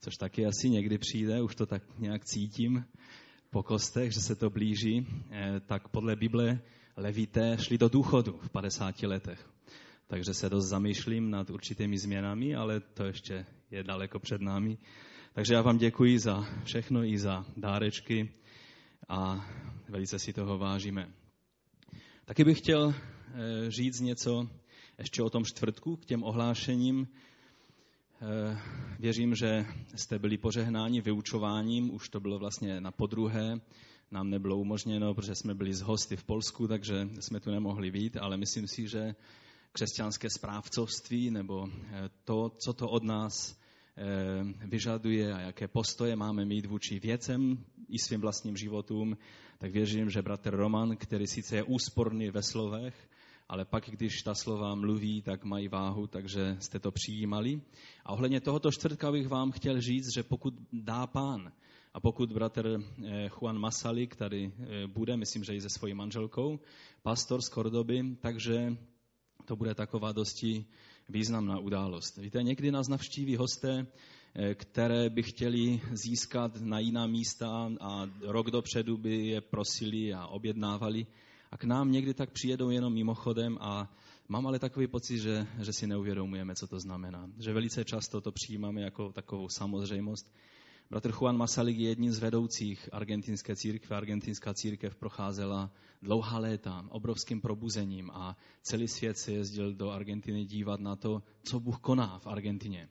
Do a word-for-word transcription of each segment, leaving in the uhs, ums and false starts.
což taky asi někdy přijde, už to tak nějak cítím po kostech, že se to blíží, tak podle Bible Levité šli do důchodu v padesáti letech. Takže se dost zamýšlím nad určitými změnami, ale to ještě je daleko před námi. Takže já vám děkuji za všechno i za dárečky a velice si toho vážíme. Taky bych chtěl říct něco ještě o tom čtvrtku k těm ohlášením. Věřím, že jste byli požehnáni vyučováním, už to bylo vlastně na podruhé, nám nebylo umožněno, protože jsme byli z hosty v Polsku, takže jsme tu nemohli být, ale myslím si, že křesťanské správcovství nebo to, co to od nás vyžaduje a jaké postoje máme mít vůči věcem i svým vlastním životům, tak věřím, že bratr Roman, který sice je úsporný ve slovech, ale pak, když ta slova mluví, tak mají váhu, takže jste to přijímali. A ohledně tohoto čtvrtka bych vám chtěl říct, že pokud dá Pán a pokud bratr Juan Masalik tady bude, myslím, že i se svojí manželkou, pastor z Kordoby, takže to bude taková dosti významná událost. Víte, někdy nás navštíví hosté, které by chtěli získat na jiná místa a rok dopředu by je prosili a objednávali. A k nám někdy tak přijedou jenom mimochodem a mám ale takový pocit, že, že si neuvědomujeme, co to znamená. Že velice často to přijímáme jako takovou samozřejmost. Bratr Juan Masalik je jedním z vedoucích argentinské církve. Argentinská církev procházela dlouhá léta obrovským probuzením a celý svět se jezdil do Argentiny dívat na to, co Bůh koná v Argentině.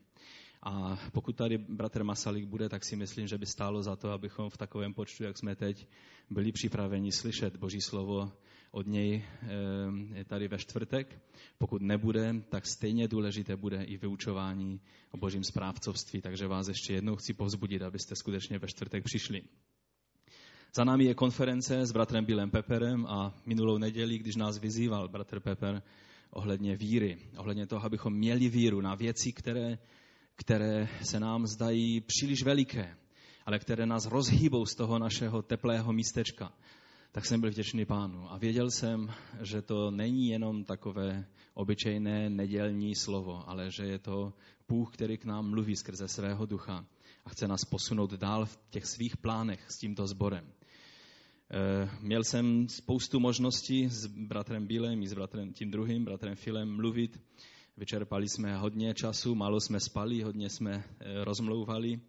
A pokud tady bratr Masalik bude, tak si myslím, že by stálo za to, abychom v takovém počtu, jak jsme teď, byli připraveni slyšet Boží slovo od něj tady ve čtvrtek. Pokud nebude, tak stejně důležité bude i vyučování o Božím správcovství. Takže vás ještě jednou chci povzbudit, abyste skutečně ve čtvrtek přišli. Za námi je konference s bratrem Billem Pepperem a minulou neděli, když nás vyzýval bratr Pepper ohledně víry, ohledně toho, abychom měli víru na věci, které které se nám zdají příliš veliké, ale které nás rozhýbou z toho našeho teplého místečka, tak jsem byl vděčný Pánu. A věděl jsem, že to není jenom takové obyčejné nedělní slovo, ale že je to Bůh, který k nám mluví skrze svého ducha a chce nás posunout dál v těch svých plánech s tímto sborem. Měl jsem spoustu možností s bratrem Billem i s bratrem tím druhým, bratrem Philem, mluvit. Vyčerpali jsme hodně času, málo jsme spali, hodně jsme rozmlouvali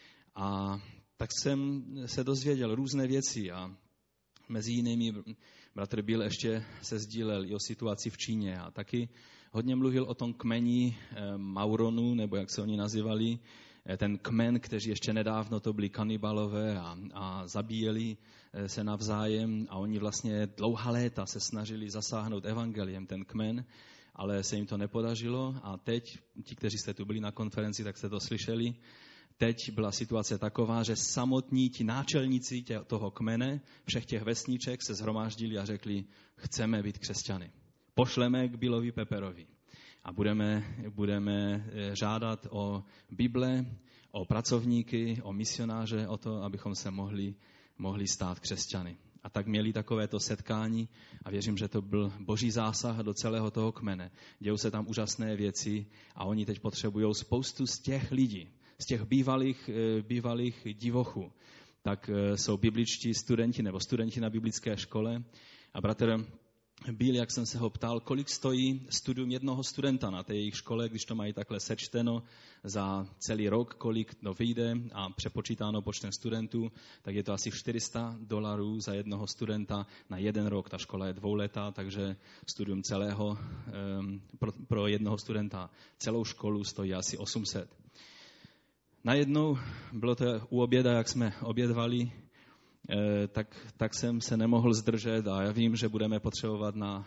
a tak jsem se dozvěděl různé věci a mezi jinými bratr Bill ještě se sdílel i o situaci v Číně a taky hodně mluvil o tom kmeni Mauronu, nebo jak se oni nazývali, ten kmen, kteří ještě nedávno to byli kanibalové a, a zabíjeli se navzájem a oni vlastně dlouhá léta se snažili zasáhnout evangeliem ten kmen, ale se jim to nepodařilo a teď, ti, kteří jste tu byli na konferenci, tak jste to slyšeli, teď byla situace taková, že samotní ti náčelníci tě, toho kmene, všech těch vesniček se shromáždili a řekli, chceme být křesťany. Pošleme k Billovi Pepperovi a budeme, budeme žádat o Bible, o pracovníky, o misionáře, o to, abychom se mohli, mohli stát křesťany. A tak měli takovéto setkání a věřím, že to byl Boží zásah do celého toho kmene. Dějou se tam úžasné věci a oni teď potřebují spoustu z těch lidí, z těch bývalých, bývalých divochů. Tak jsou bibličtí studenti nebo studenti na biblické škole a bratr Bill, jak jsem se ho ptal, kolik stojí studium jednoho studenta na té jejich škole, když to mají takhle sečteno za celý rok, kolik to vyjde a přepočítáno počtem studentů, tak je to asi čtyři sta dolarů za jednoho studenta na jeden rok. Ta škola je dvouletá, takže studium celého um, pro, pro jednoho studenta celou školu stojí asi osm set. Najednou bylo to u oběda, jak jsme obědvali, Tak, tak jsem se nemohl zdržet a já vím, že budeme potřebovat na,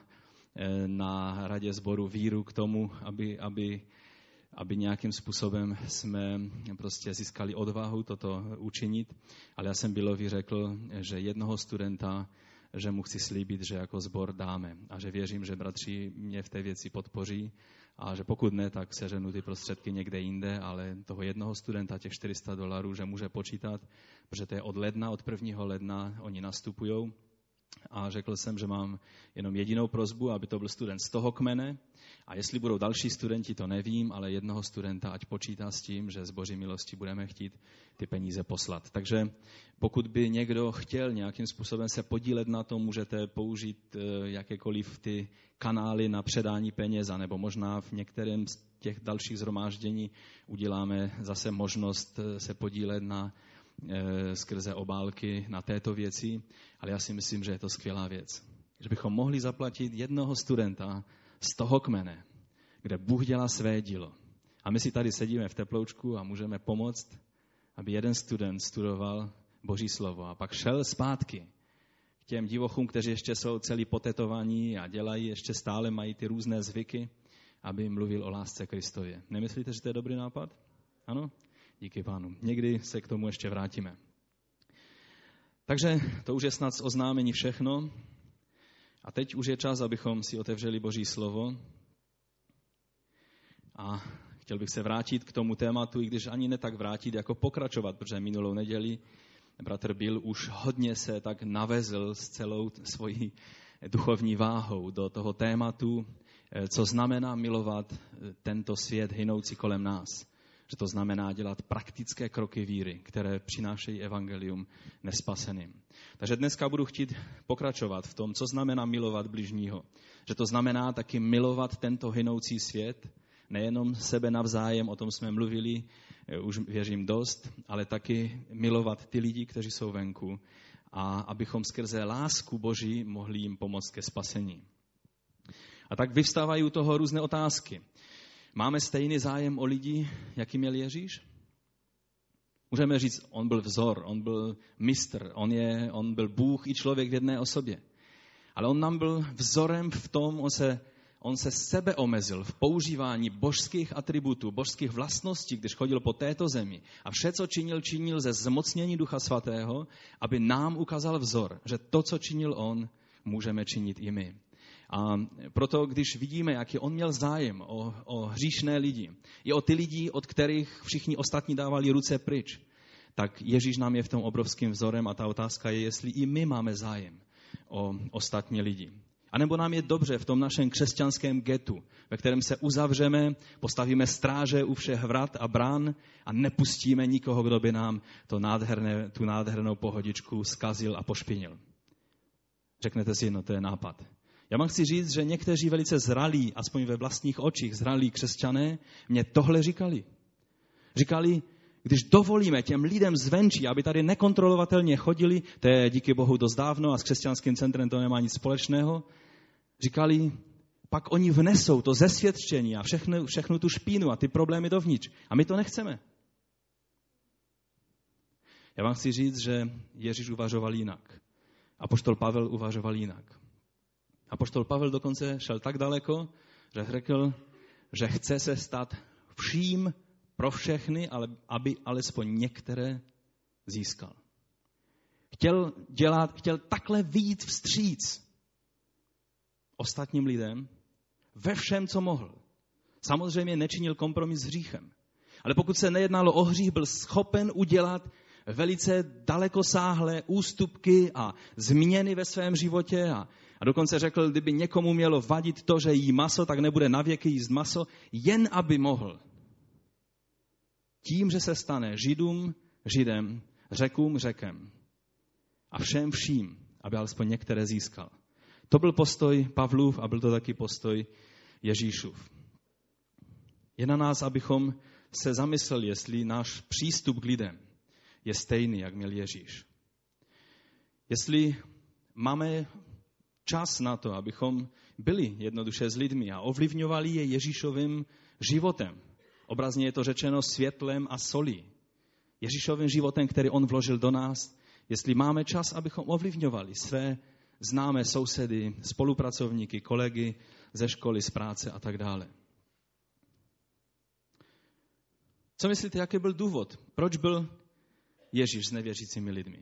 na radě sboru víru k tomu, aby, aby, aby nějakým způsobem jsme prostě získali odvahu toto učinit. Ale já jsem Billovi řekl, že jednoho studenta, že mu chci slíbit, že jako sbor dáme a že věřím, že bratři mě v té věci podpoří a že pokud ne, tak seženu ty prostředky někde jinde, ale toho jednoho studenta, těch čtyři sta dolarů, že může počítat, protože to je od ledna, od prvního ledna oni nastupujou a řekl jsem, že mám jenom jedinou prosbu, aby to byl student z toho kmene. A jestli budou další studenti, to nevím, ale jednoho studenta ať počítá s tím, že z Boží milosti budeme chtít ty peníze poslat. Takže pokud by někdo chtěl nějakým způsobem se podílet na tom, můžete použít jakékoliv ty kanály na předání peněz, nebo možná v některém z těch dalších shromáždění uděláme zase možnost se podílet na skrze obálky na této věci, ale já si myslím, že je to skvělá věc. Že bychom mohli zaplatit jednoho studenta z toho kmene, kde Bůh dělá své dílo. A my si tady sedíme v teploučku a můžeme pomoct, aby jeden student studoval Boží slovo a pak šel zpátky k těm divochům, kteří ještě jsou celý potetovaní a dělají, ještě stále mají ty různé zvyky, aby mluvil o lásce Kristově. Nemyslíte, že to je dobrý nápad? Ano? Díky Pánu. Někdy se k tomu ještě vrátíme. Takže to už je snad z oznámení všechno. A teď už je čas, abychom si otevřeli Boží slovo. A chtěl bych se vrátit k tomu tématu, i když ani ne tak vrátit, jako pokračovat, protože minulou neděli bratr Bill už hodně se tak navezl s celou svojí duchovní váhou do toho tématu, co znamená milovat tento svět hynoucí kolem nás. Že to znamená dělat praktické kroky víry, které přinášejí evangelium nespaseným. Takže dneska budu chtít pokračovat v tom, co znamená milovat bližního. Že to znamená taky milovat tento hynoucí svět, nejenom sebe navzájem, o tom jsme mluvili, už věřím dost, ale taky milovat ty lidi, kteří jsou venku a abychom skrze lásku Boží mohli jim pomoct ke spasení. A tak vyvstávají u toho různé otázky. Máme stejný zájem o lidi, jaký měl Ježíš? Můžeme říct, on byl vzor, on byl mistr, on, je, on byl Bůh i člověk v jedné osobě. Ale on nám byl vzorem v tom, on se, on se sebe omezil v používání božských atributů, božských vlastností, když chodil po této zemi. A vše, co činil, činil ze zmocnění Ducha Svatého, aby nám ukázal vzor, že to, co činil on, můžeme činit i my. A proto, když vidíme, jaký on měl zájem o, o hříšné lidi, i o ty lidi, od kterých všichni ostatní dávali ruce pryč, tak Ježíš nám je v tom obrovským vzorem a ta otázka je, jestli i my máme zájem o ostatní lidi. A nebo nám je dobře v tom našem křesťanském getu, ve kterém se uzavřeme, postavíme stráže u všech vrat a brán a nepustíme nikoho, kdo by nám to nádherné, tu nádhernou pohodičku zkazil a pošpinil. Řeknete si, no to je nápad. Já vám chci říct, že někteří velice zralí, aspoň ve vlastních očích zralí křesťané, mě tohle říkali. Říkali, když dovolíme těm lidem zvenčí, aby tady nekontrolovatelně chodili, to je díky Bohu dost dávno a s křesťanským centrem to nemá nic společného, říkali, pak oni vnesou to zesvědčení a všechnu, všechnu tu špínu a ty problémy dovnitř. A my to nechceme. Já vám chci říct, že Ježíš uvažoval jinak. Apoštol Pavel uvažoval jinak. Apoštol Pavel dokonce šel tak daleko, že řekl, že chce se stát vším pro všechny, ale aby alespoň některé získal. Chtěl dělat, chtěl takhle vyjít vstříc ostatním lidem ve všem, co mohl. Samozřejmě nečinil kompromis s hříchem. Ale pokud se nejednalo o hřích, byl schopen udělat velice dalekosáhlé ústupky a změny ve svém životě a A dokonce řekl, kdyby někomu mělo vadit to, že jí maso, tak nebude navěky jíst maso, jen aby mohl. Tím, že se stane Židům Židem, Řekům Řekem a všem vším, aby alespoň některé získal. To byl postoj Pavlův a byl to taky postoj Ježíšův. Je na nás, abychom se zamysleli, jestli náš přístup k lidem je stejný, jak měl Ježíš. Jestli máme čas na to, abychom byli jednoduše s lidmi a ovlivňovali je Ježíšovým životem. Obrazně je to řečeno světlem a solí. Ježíšovým životem, který on vložil do nás, jestli máme čas, abychom ovlivňovali své známé sousedy, spolupracovníky, kolegy ze školy, z práce a tak dále. Co myslíte, jaký byl důvod? Proč byl Ježíš s nevěřícími lidmi?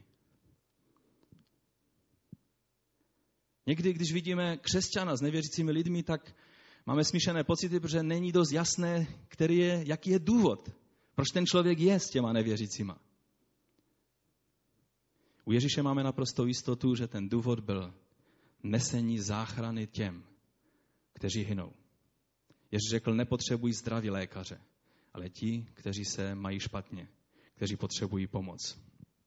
Někdy, když vidíme křesťana s nevěřícími lidmi, tak máme smíšené pocity, protože není dost jasné, který je, jaký je důvod, proč ten člověk je s těma nevěřícíma. U Ježíše máme naprostou jistotu, že ten důvod byl nesení záchrany těm, kteří hynou. Ježíš řekl, nepotřebují zdraví lékaře, ale ti, kteří se mají špatně, kteří potřebují pomoc.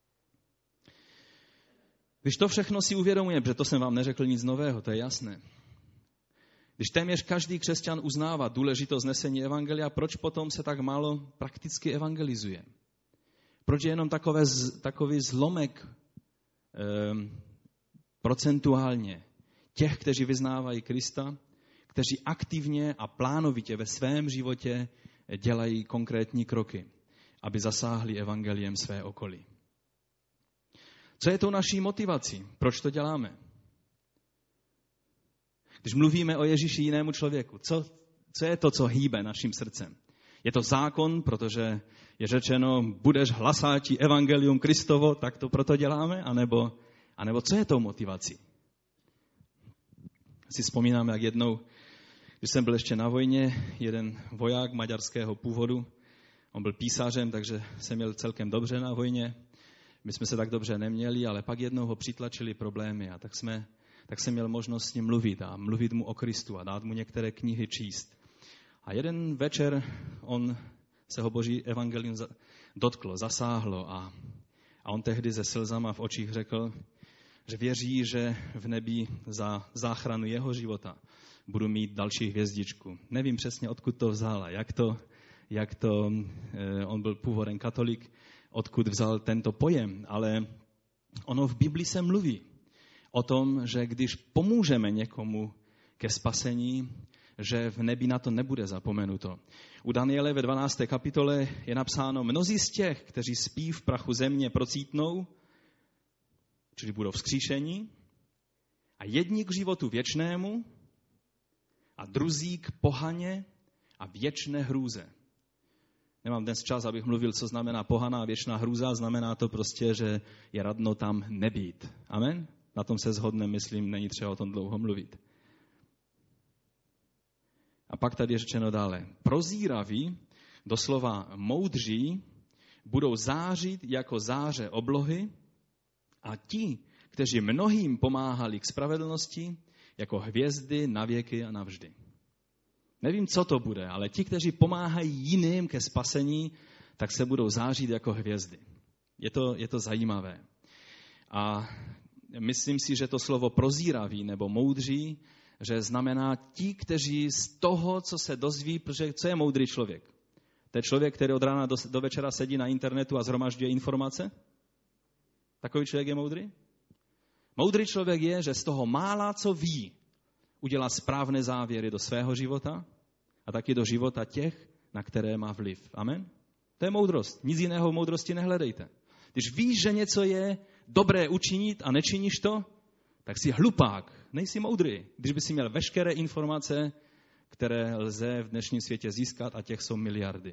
Když to všechno si uvědomujeme, protože to jsem vám neřekl nic nového, to je jasné. Když téměř každý křesťan uznává důležitost nesení evangelia, proč potom se tak málo prakticky evangelizuje? Proč je jenom takové, takový zlomek eh, procentuálně těch, kteří vyznávají Krista, kteří aktivně a plánovitě ve svém životě dělají konkrétní kroky, aby zasáhli evangeliem své okolí. Co je tou naší motivací? Proč to děláme? Když mluvíme o Ježíši jinému člověku, co, co je to, co hýbe naším srdcem? Je to zákon, protože je řečeno, budeš hlasátí evangelium Kristovo, tak to proto děláme? A nebo, a nebo co je tou motivací? Si vzpomínám, jak jednou, když jsem byl ještě na vojně, jeden voják maďarského původu, on byl písařem, takže jsem měl celkem dobře na vojně. My jsme se tak dobře neměli, ale pak jednou ho přitlačili problémy a tak, jsme, tak jsem měl možnost s ním mluvit a mluvit mu o Kristu a dát mu některé knihy číst. A jeden večer on se ho Boží evangelium dotklo, zasáhlo a, a on tehdy se slzama v očích řekl, že věří, že v nebi za záchranu jeho života budu mít další hvězdičku. Nevím přesně, odkud to vzal a jak to, jak to eh, on byl původem katolik, odkud vzal tento pojem, ale ono v Biblii se mluví o tom, že když pomůžeme někomu ke spasení, že v nebi na to nebude zapomenuto. U Daniele ve dvanácté kapitole je napsáno, mnozí z těch, kteří spí v prachu země, procítnou, čili budou vzkříšení, a jedni k životu věčnému a druzí k pohaně a věčné hrůze. Nemám dnes čas, abych mluvil, co znamená pohaná a věčná hrůza. Znamená to prostě, že je radno tam nebýt. Amen? Na tom se shodneme, myslím, není třeba o tom dlouho mluvit. A pak tady je řečeno dále. Prozíraví, doslova moudří, budou zářit jako záře oblohy a ti, kteří mnohým pomáhali k spravedlnosti, jako hvězdy na věky a navždy. Nevím, co to bude, ale ti, kteří pomáhají jiným ke spasení, tak se budou zářit jako hvězdy. Je to, je to zajímavé. A myslím si, že to slovo prozíraví nebo moudří, že znamená ti, kteří z toho, co se dozví, protože co je moudrý člověk? To je člověk, který od rána do, do večera sedí na internetu a shromažďuje informace? Takový člověk je moudrý? Moudrý člověk je, že z toho mála, co ví, udělá správné závěry do svého života a taky do života těch, na které má vliv. Amen? To je moudrost. Nic jiného v moudrosti nehledejte. Když víš, že něco je dobré učinit a nečiníš to, tak jsi hlupák, nejsi moudrý. Když by si měl veškeré informace, které lze v dnešním světě získat, a těch jsou miliardy.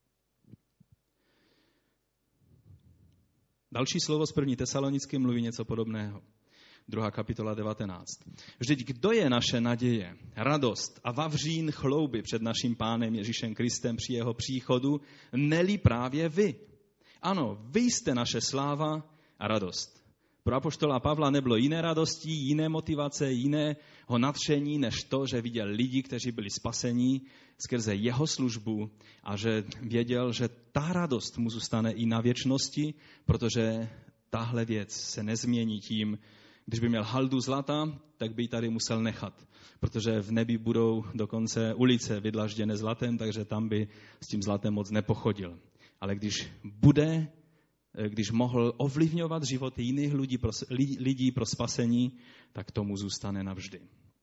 Další slovo z první Tesalonické mluví něco podobného. Druhá kapitola devatenáct. Vždyť kdo je naše naděje, radost a vavřín chlouby před naším Pánem Ježíšem Kristem při jeho příchodu, neli právě vy. Ano, vy jste naše sláva a radost. Pro apoštola Pavla nebylo jiné radosti, jiné motivace, jiného nadšení, než to, že viděl lidi, kteří byli spasení skrze jeho službu a že věděl, že ta radost mu zůstane i na věčnosti, protože tahle věc se nezmění tím, když by měl haldu zlata, tak by ji tady musel nechat, protože v nebi budou dokonce ulice vydlažděné zlatem, takže tam by s tím zlatem moc nepochodil. Ale když bude, když mohl ovlivňovat životy jiných lidí pro, lidí pro spasení, tak tomu zůstane navždy.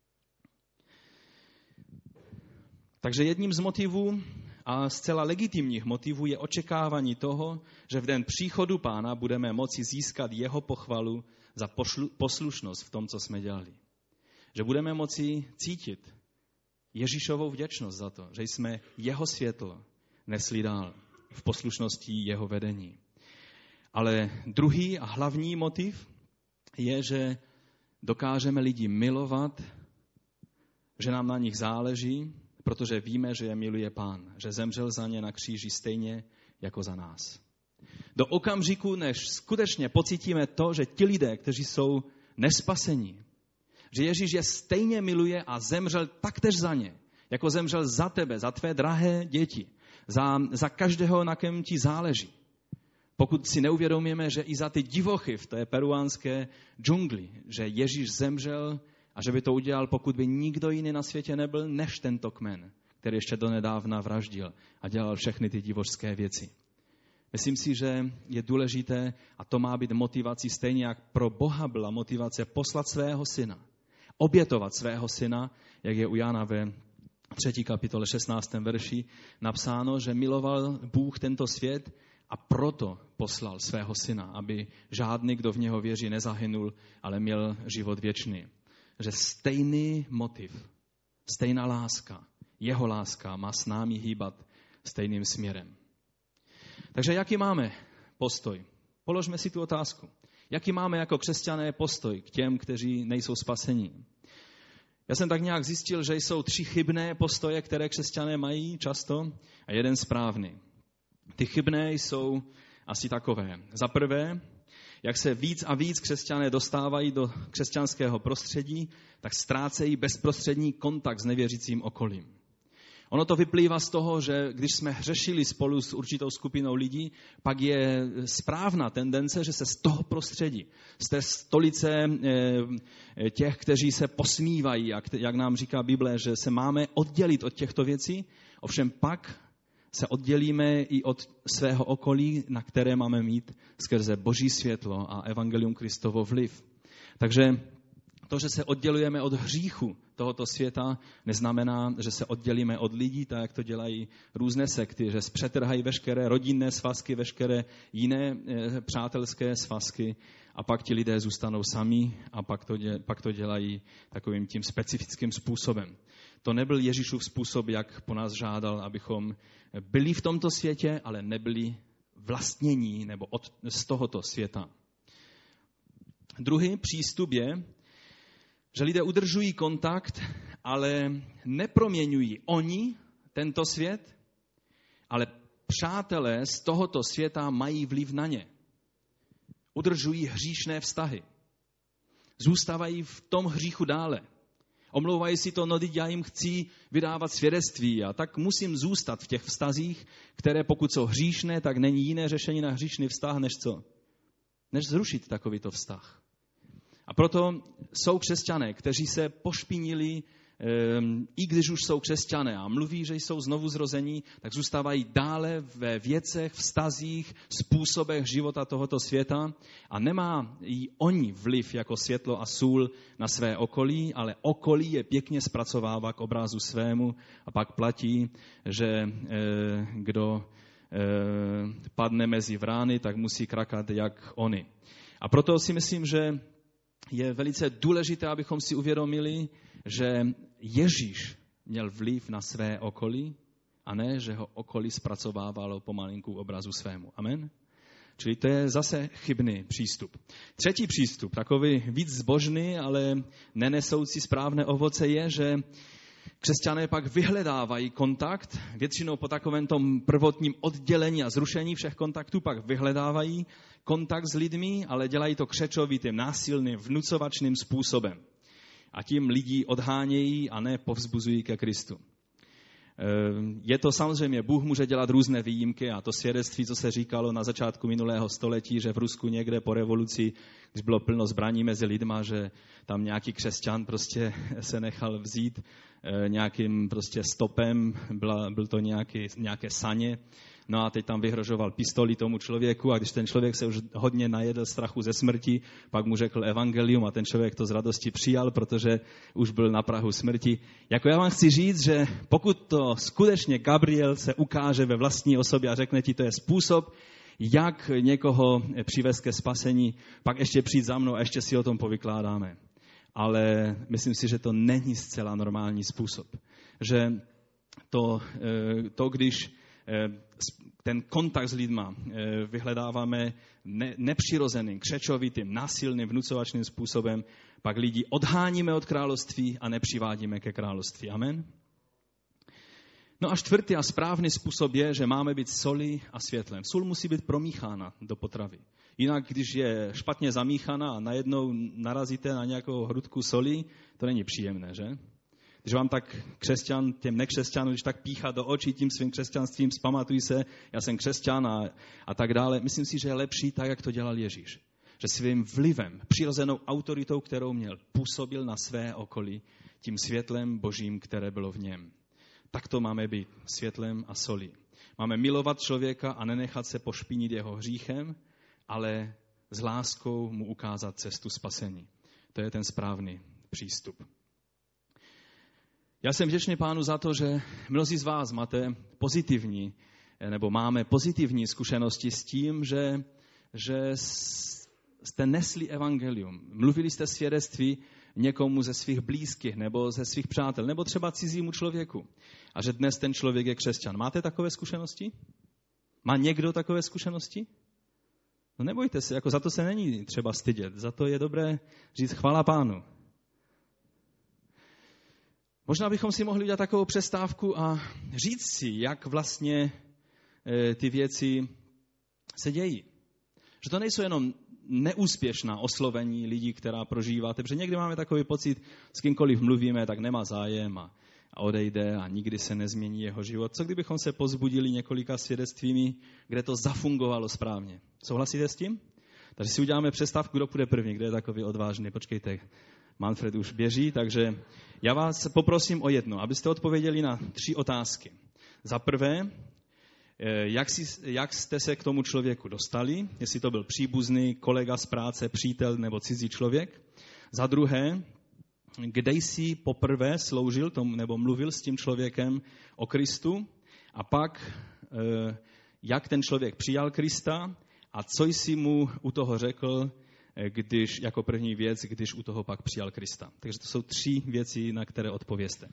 Takže jedním z motivů a zcela legitimních motivů je očekávání toho, že v den příchodu Pána budeme moci získat jeho pochvalu za poslušnost v tom, co jsme dělali. Že budeme moci cítit Ježíšovou vděčnost za to, že jsme jeho světlo nesli dál v poslušnosti jeho vedení. Ale druhý a hlavní motiv je, že dokážeme lidi milovat, že nám na nich záleží, protože víme, že je miluje Pán, že zemřel za ně na kříži stejně jako za nás. Do okamžiku, než skutečně pocítíme to, že ti lidé, kteří jsou nespasení, že Ježíš je stejně miluje a zemřel taktéž za ně, jako zemřel za tebe, za tvé drahé děti, za, za každého, na kém ti záleží. Pokud si neuvědomíme, že i za ty divochy v té peruánské džungli, že Ježíš zemřel a že by to udělal, pokud by nikdo jiný na světě nebyl, než tento kmen, který ještě donedávna vraždil a dělal všechny ty divočské věci. Myslím si, že je důležité, a to má být motivací, stejně jak pro Boha byla motivace poslat svého syna, obětovat svého syna, jak je u Jana ve třetí kapitole šestnáctém verši napsáno, že miloval Bůh tento svět a proto poslal svého syna, aby žádný, kdo v něho věří, nezahynul, ale měl život věčný. Že stejný motiv, stejná láska, jeho láska má s námi hýbat stejným směrem. Takže jaký máme postoj? Položme si tu otázku. Jaký máme jako křesťané postoj k těm, kteří nejsou spasení? Já jsem tak nějak zjistil, že jsou tři chybné postoje, které křesťané mají často, a jeden správný. Ty chybné jsou asi takové. Za prvé, jak se víc a víc křesťané dostávají do křesťanského prostředí, tak ztrácejí bezprostřední kontakt s nevěřícím okolím. Ono to vyplývá z toho, že když jsme hřešili spolu s určitou skupinou lidí, pak je správná tendence, že se z toho prostředí, z té stolice těch, kteří se posmívají, jak nám říká Bible, že se máme oddělit od těchto věcí, ovšem pak se oddělíme i od svého okolí, na které máme mít skrze Boží světlo a evangelium Kristovo vliv. Takže to, že se oddělujeme od hříchu tohoto světa, neznamená, že se oddělíme od lidí, tak jak to dělají různé sekty, že zpřetrhají veškeré rodinné svazky, veškeré jiné e, přátelské svazky a pak ti lidé zůstanou sami a pak to, dě, pak to dělají takovým tím specifickým způsobem. To nebyl Ježíšův způsob, jak po nás žádal, abychom byli v tomto světě, ale nebyli vlastnění nebo od, z tohoto světa. Druhý přístup je, že lidé udržují kontakt, ale neproměňují oni tento svět, ale přátelé z tohoto světa mají vliv na ně. Udržují hříšné vztahy. Zůstávají v tom hříchu dále. Omlouvají si to, no, já jim chci vydávat svědectví a tak musím zůstat v těch vztazích, které pokud jsou hříšné, tak není jiné řešení na hříšný vztah, než co? Než zrušit takovýto vztah. A proto jsou křesťané, kteří se pošpinili, i když už jsou křesťané a mluví, že jsou znovu zrození, tak zůstávají dále ve věcech, vztazích, způsobech života tohoto světa a nemá i oni vliv jako světlo a sůl na své okolí, ale okolí je pěkně zpracovává k obrazu svému a pak platí, že kdo padne mezi vrány, tak musí krakat jak oni. A proto si myslím, že je velice důležité, abychom si uvědomili, že Ježíš měl vliv na své okolí a ne, že ho okolí zpracovávalo pomalinku obrazu svému. Amen? Čili to je zase chybný přístup. Třetí přístup, takový víc zbožný, ale nenesoucí správné ovoce je, že křesťané pak vyhledávají kontakt, většinou po takovém tom prvotním oddělení a zrušení všech kontaktů pak vyhledávají kontakt s lidmi, ale dělají to křečovitým, násilným, vnucovačným způsobem. A tím lidi odhánějí a ne povzbuzují ke Kristu. Je to samozřejmě, Bůh může dělat různé výjimky a to svědectví, co se říkalo na začátku minulého století, že v Rusku někde po revoluci, když bylo plno zbraní mezi lidma, že tam nějaký křesťan prostě se nechal vzít nějakým prostě stopem, byla, byl to nějaký, nějaké saně, no a teď tam vyhrožoval pistoli tomu člověku a když ten člověk se už hodně najedl strachu ze smrti, pak mu řekl evangelium a ten člověk to z radosti přijal, protože už byl na prahu smrti. Jako já vám chci říct, že pokud to skutečně Gabriel se ukáže ve vlastní osobě a řekne ti, to je způsob, jak někoho přivést ke spasení, pak ještě přijít za mnou a ještě si o tom povykládáme. Ale myslím si, že to není zcela normální způsob. Že to, to když ten kontakt s lidma vyhledáváme ne, nepřirozeným, křečovitým, násilným, vnucovačným způsobem, pak lidi odháníme od království a nepřivádíme ke království. Amen? No a čtvrtý a správný způsob je, že máme být solí a světlem. Sůl musí být promíchána do potravy. Jinak, když je špatně zamíchaná a najednou narazíte na nějakou hrudku soli, to není příjemné, že? Když vám tak křesťan, těm nekřesťanům, když tak píchá do očí tím svým křesťanstvím, vzpamatuj se, já jsem křesťan a, a tak dále. Myslím si, že je lepší tak, jak to dělal Ježíš. Že svým vlivem, přirozenou autoritou, kterou měl, působil na své okolí tím světlem Božím, které bylo v něm. Tak to máme být světlem a solí. Máme milovat člověka a nenechat se pošpinit jeho hříchem, ale s láskou mu ukázat cestu spasení. To je ten správný přístup. Já jsem vděčný Pánu za to, že mnozí z vás máte pozitivní, nebo máme pozitivní zkušenosti s tím, že, že jste nesli evangelium. Mluvili jste svědectví někomu ze svých blízkých nebo ze svých přátel, nebo třeba cizímu člověku. A že dnes ten člověk je křesťan. Máte takové zkušenosti? Má někdo takové zkušenosti? No nebojte se, jako za to se není třeba stydět. Za to je dobré říct chvála Pánu. Možná bychom si mohli udělat takovou přestávku a říct si, jak vlastně e, ty věci se dějí. Že to nejsou jenom neúspěšná oslovení lidí, která prožíváte, protože někdy máme takový pocit, s kýmkoliv mluvíme, tak nemá zájem a, a odejde a nikdy se nezmění jeho život. Co kdybychom se pozbudili několika svědectvími, kde to zafungovalo správně? Souhlasíte s tím? Takže si uděláme přestávku, kdo půjde první, kdo je takový odvážný. Počkejte, Manfred už běží, takže já vás poprosím o jedno, abyste odpověděli na tři otázky. Za prvé, jak, si, jak jste se k tomu člověku dostali, jestli to byl příbuzný, kolega z práce, přítel nebo cizí člověk. Za druhé, kde jsi poprvé sloužil tomu, nebo mluvil s tím člověkem o Kristu. A pak, jak ten člověk přijal Krista a co jsi mu u toho řekl, když jako první věc, když u toho pak přijal Krista. Takže to jsou tři věci, na které odpověste.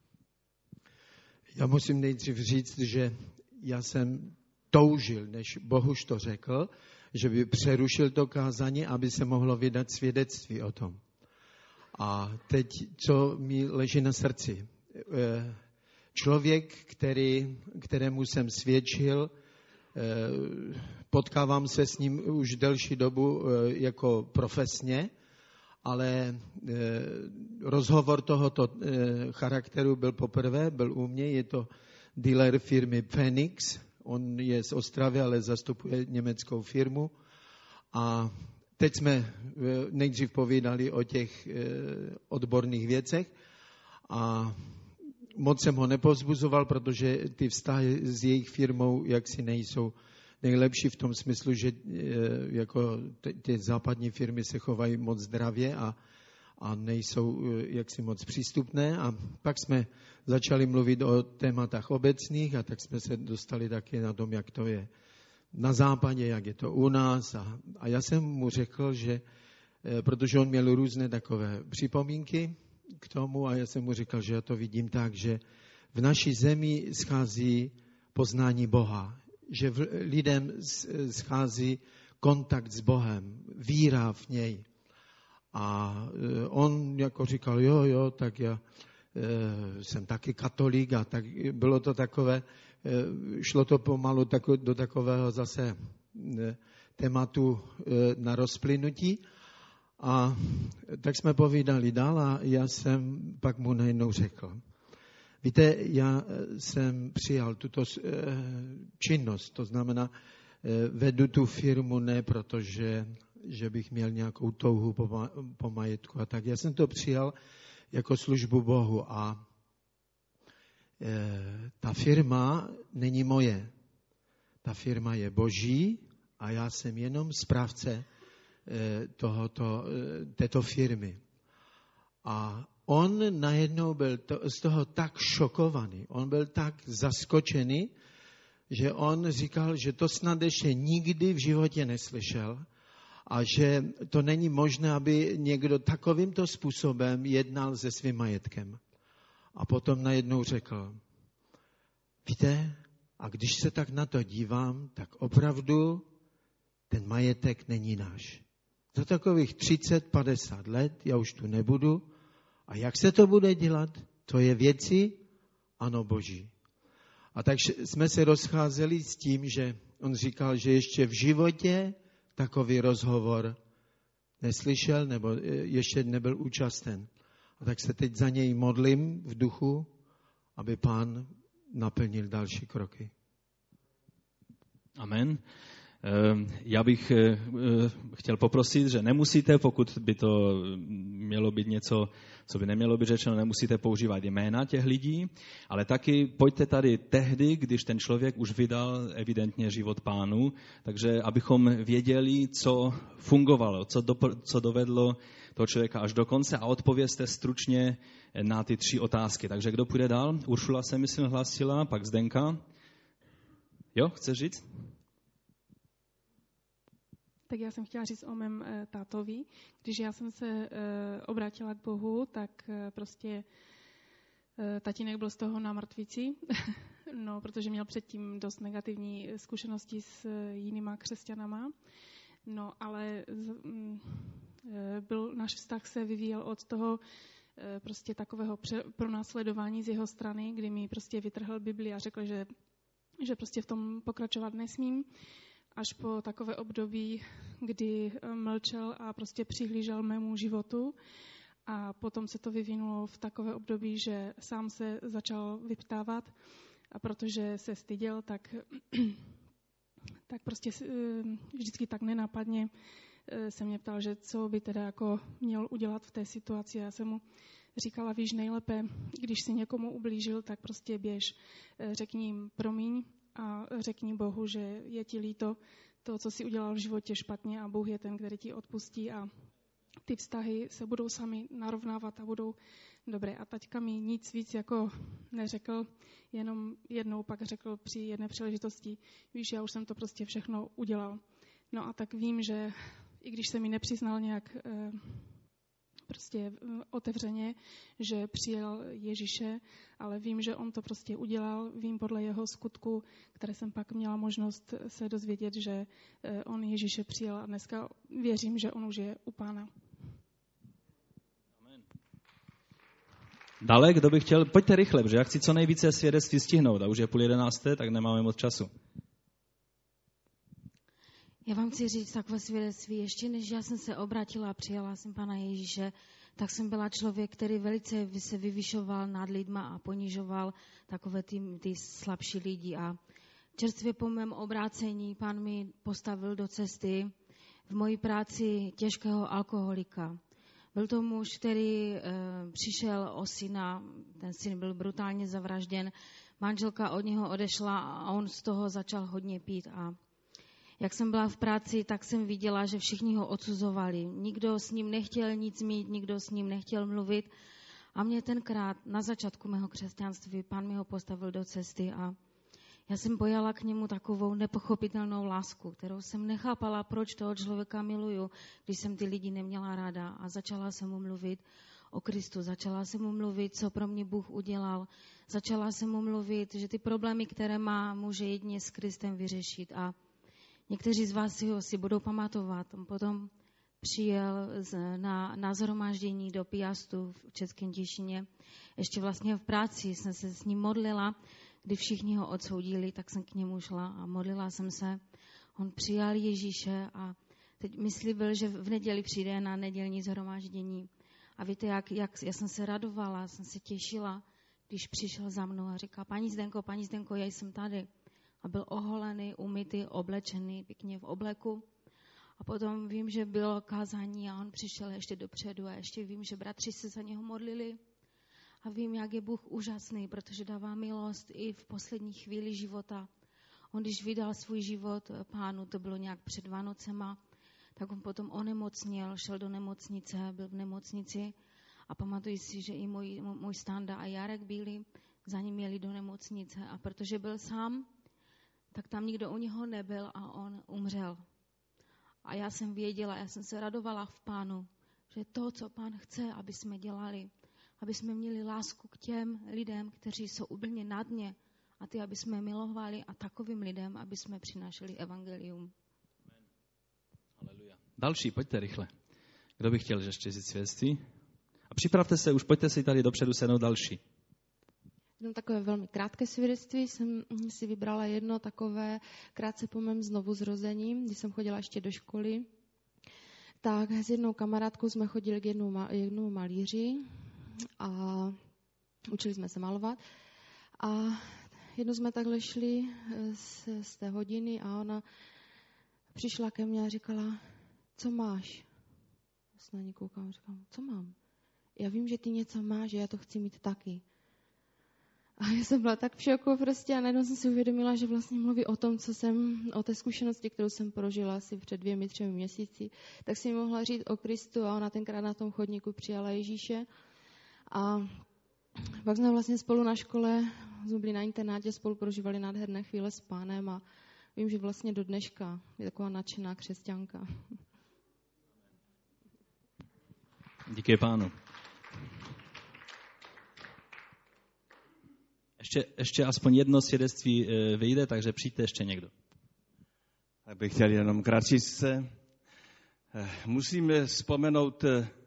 Já musím nejdřív říct, že já jsem toužil, než Bohuž to řekl, že by přerušil to kázání, aby se mohlo vydat svědectví o tom. A teď, co mi leží na srdci. Člověk, který, kterému jsem svědčil, potkávám se s ním už delší dobu jako profesně, ale rozhovor tohoto charakteru byl poprvé, byl u mě, je to dealer firmy Phoenix, on je z Ostravy, ale zastupuje německou firmu. A teď jsme nejdřív povídali o těch odborných věcech a moc jsem ho nepozbuzoval, protože ty vztahy s jejich firmou jaksi nejsou nejlepší v tom smyslu, že jako ty západní firmy se chovají moc zdravě a, a nejsou jaksi moc přístupné. A pak jsme začali mluvit o tématech obecných a tak jsme se dostali taky na tom, jak to je na západě, jak je to u nás. A, a já jsem mu řekl, že protože on měl různé takové připomínky k tomu a já jsem mu říkal, že já to vidím tak, že v naší zemi schází poznání Boha, že v lidem schází kontakt s Bohem, víra v něj. A on jako říkal, jo, jo, tak já jsem taky katolík a tak bylo to takové, šlo to pomalu do takového zase tématu na rozplynutí. A tak jsme povídali dál a já jsem pak mu najednou řekl, víte, já jsem přijal tuto činnost, to znamená, vedu tu firmu ne protože, že bych měl nějakou touhu po, po majetku a tak. Já jsem to přijal jako službu Bohu a ta firma není moje. Ta firma je Boží a já jsem jenom správce tohoto, této firmy. A on najednou byl to, z toho tak šokovaný, on byl tak zaskočený, že on říkal, že to snad ještě nikdy v životě neslyšel a že to není možné, aby někdo takovýmto způsobem jednal se svým majetkem. A potom najednou řekl, víte, a když se tak na to dívám, tak opravdu ten majetek není náš. Za takových třicet padesát let já už tu nebudu. A jak se to bude dělat? To je věci, ano, Boží. A tak jsme se rozcházeli s tím, že on říkal, že ještě v životě takový rozhovor neslyšel nebo ještě nebyl účasten. A tak se teď za něj modlím v duchu, aby Pán naplnil další kroky. Amen. Já bych chtěl poprosit, že nemusíte, pokud by to mělo být něco, co by nemělo být řečeno, nemusíte používat jména těch lidí, ale taky pojďte tady tehdy, když ten člověk už vydal evidentně život Pánu, takže abychom věděli, co fungovalo, co, do, co dovedlo toho člověka až do konce a odpovězte stručně na ty tři otázky. Takže kdo půjde dál? Uršula se, myslím, hlásila, pak Zdenka. Jo, chceš říct? Tak já jsem chtěla říct o mém e, tátovi. Když já jsem se e, obrátila k Bohu, tak e, prostě e, tatínek byl z toho na mrtvici, no, protože měl předtím dost negativní zkušenosti s e, jinýma křesťanama. No, ale z, m, e, byl, náš vztah se vyvíjel od toho e, prostě takového pře, pronásledování z jeho strany, kdy mi prostě vytrhl Bibli a řekl, že, že prostě v tom pokračovat nesmím. Až po takové období, kdy mlčel a prostě přihlížel mému životu. A potom se to vyvinulo v takové období, že sám se začal vyptávat. A protože se styděl, tak, tak prostě vždycky tak nenápadně se mě ptal, že co by teda jako měl udělat v té situaci. Já jsem mu říkala, víš, nejlépe, když si někomu ublížil, tak prostě běž, řekni jim promiň, a řekni Bohu, že je ti líto to, co jsi udělal v životě špatně a Bůh je ten, který ti odpustí a ty vztahy se budou sami narovnávat a budou dobré. A taťka mi nic víc jako neřekl, jenom jednou pak řekl při jedné příležitosti, víš, já už jsem to prostě všechno udělal. No a tak vím, že i když se mi nepřiznal nějak eh, prostě otevřeně, že přijel Ježíše, ale vím, že on to prostě udělal, vím podle jeho skutku, které jsem pak měla možnost se dozvědět, že on Ježíše přijel a dneska věřím, že on už je u Pána. Amen. Dále, kdo by chtěl, pojďte rychle, protože já chci co nejvíce svědectví stihnout a už je půl jedenácté, tak nemáme moc času. Já vám chci říct takové svědectví. Ještě než já jsem se obrátila a přijala jsem Pana Ježíše, tak jsem byla člověk, který velice se vyvyšoval nad lidma a ponižoval takové ty, ty slabší lidi. A čerstvě po mém obrácení Pán mi postavil do cesty v mojí práci těžkého alkoholika. Byl to muž, který e, přišel o syna, ten syn byl brutálně zavražděn, manželka od něho odešla a on z toho začal hodně pít. A jak jsem byla v práci, tak jsem viděla, že všichni ho odsuzovali. Nikdo s ním nechtěl nic mít, nikdo s ním nechtěl mluvit. A mě tenkrát na začátku mého křesťanství Pán mi ho postavil do cesty a já jsem pojala k němu takovou nepochopitelnou lásku, kterou jsem nechápala, proč toho člověka miluju, když jsem ty lidi neměla ráda. A začala jsem mu mluvit o Kristu, začala jsem mu mluvit, co pro mě Bůh udělal. Začala jsem mu mluvit, že ty problémy, které má, může jedině s Kristem vyřešit. A někteří z vás si ho si budou pamatovat. On potom přijel na, na shromáždění do Piastu v Českém Těšíně. Ještě vlastně v práci jsem se s ním modlila, kdy všichni ho odsoudili, tak jsem k němu šla a modlila jsem se. On přijal Ježíše a teď mi slíbil, že v neděli přijde na nedělní shromáždění. A víte, jak, jak já jsem se radovala, jsem se těšila, když přišel za mnou a říká, paní Zdenko, paní Zdenko, já jsem tady. A byl oholený, umytý, oblečený, pěkně v obleku. A potom vím, že bylo kázání a on přišel ještě dopředu a ještě vím, že bratři se za něho modlili. A vím, jak je Bůh úžasný, protože dává milost i v poslední chvíli života. On, když vydal svůj život Pánu, to bylo nějak před Vánocema, tak on potom onemocněl, šel do nemocnice, byl v nemocnici a pamatuji si, že i můj, můj Standa a Jarek byli, za ním jeli do nemocnice a protože byl sám, tak tam nikdo u něho nebyl a on umřel. A já jsem věděla, já jsem se radovala v Pánu, že to, co Pán chce, aby jsme dělali, aby jsme měli lásku k těm lidem, kteří jsou úplně na dně a ty, aby jsme milovali a takovým lidem, aby jsme přinášeli evangelium. Haleluja. Další, pojďte rychle. Kdo by chtěl ještě říct svědectví? A připravte se, už pojďte si tady dopředu sednout další. Jenom takové velmi krátké svědectví. Jsem si vybrala jedno takové krátce po mém znovuzrození, když jsem chodila ještě do školy. Tak s jednou kamarádkou jsme chodili k jednou, jednou malíři a učili jsme se malovat. A jednou jsme takhle šli z, z té hodiny a ona přišla ke mně a říkala, co máš? Na ní koukám a říkám, co mám? Já vím, že ty něco máš, že já to chci mít taky. A já jsem byla tak v šoku prostě a najednou jsem si uvědomila, že vlastně mluví o tom, co jsem, o té zkušenosti, kterou jsem prožila asi před dvěmi, třemi měsíci. Tak si mi mohla říct o Kristu a ona tenkrát na tom chodníku přijala Ježíše. A pak jsme vlastně spolu na škole, jsme byli na internátě, spolu prožívali nádherné chvíle s Pánem a vím, že vlastně do dneška je taková nadšená křesťanka. Díky Pánu. Ještě, ještě aspoň jedno svědectví vyjde, takže přijďte ještě někdo. Já bych chtěl jenom kratičce. Musíme vzpomenout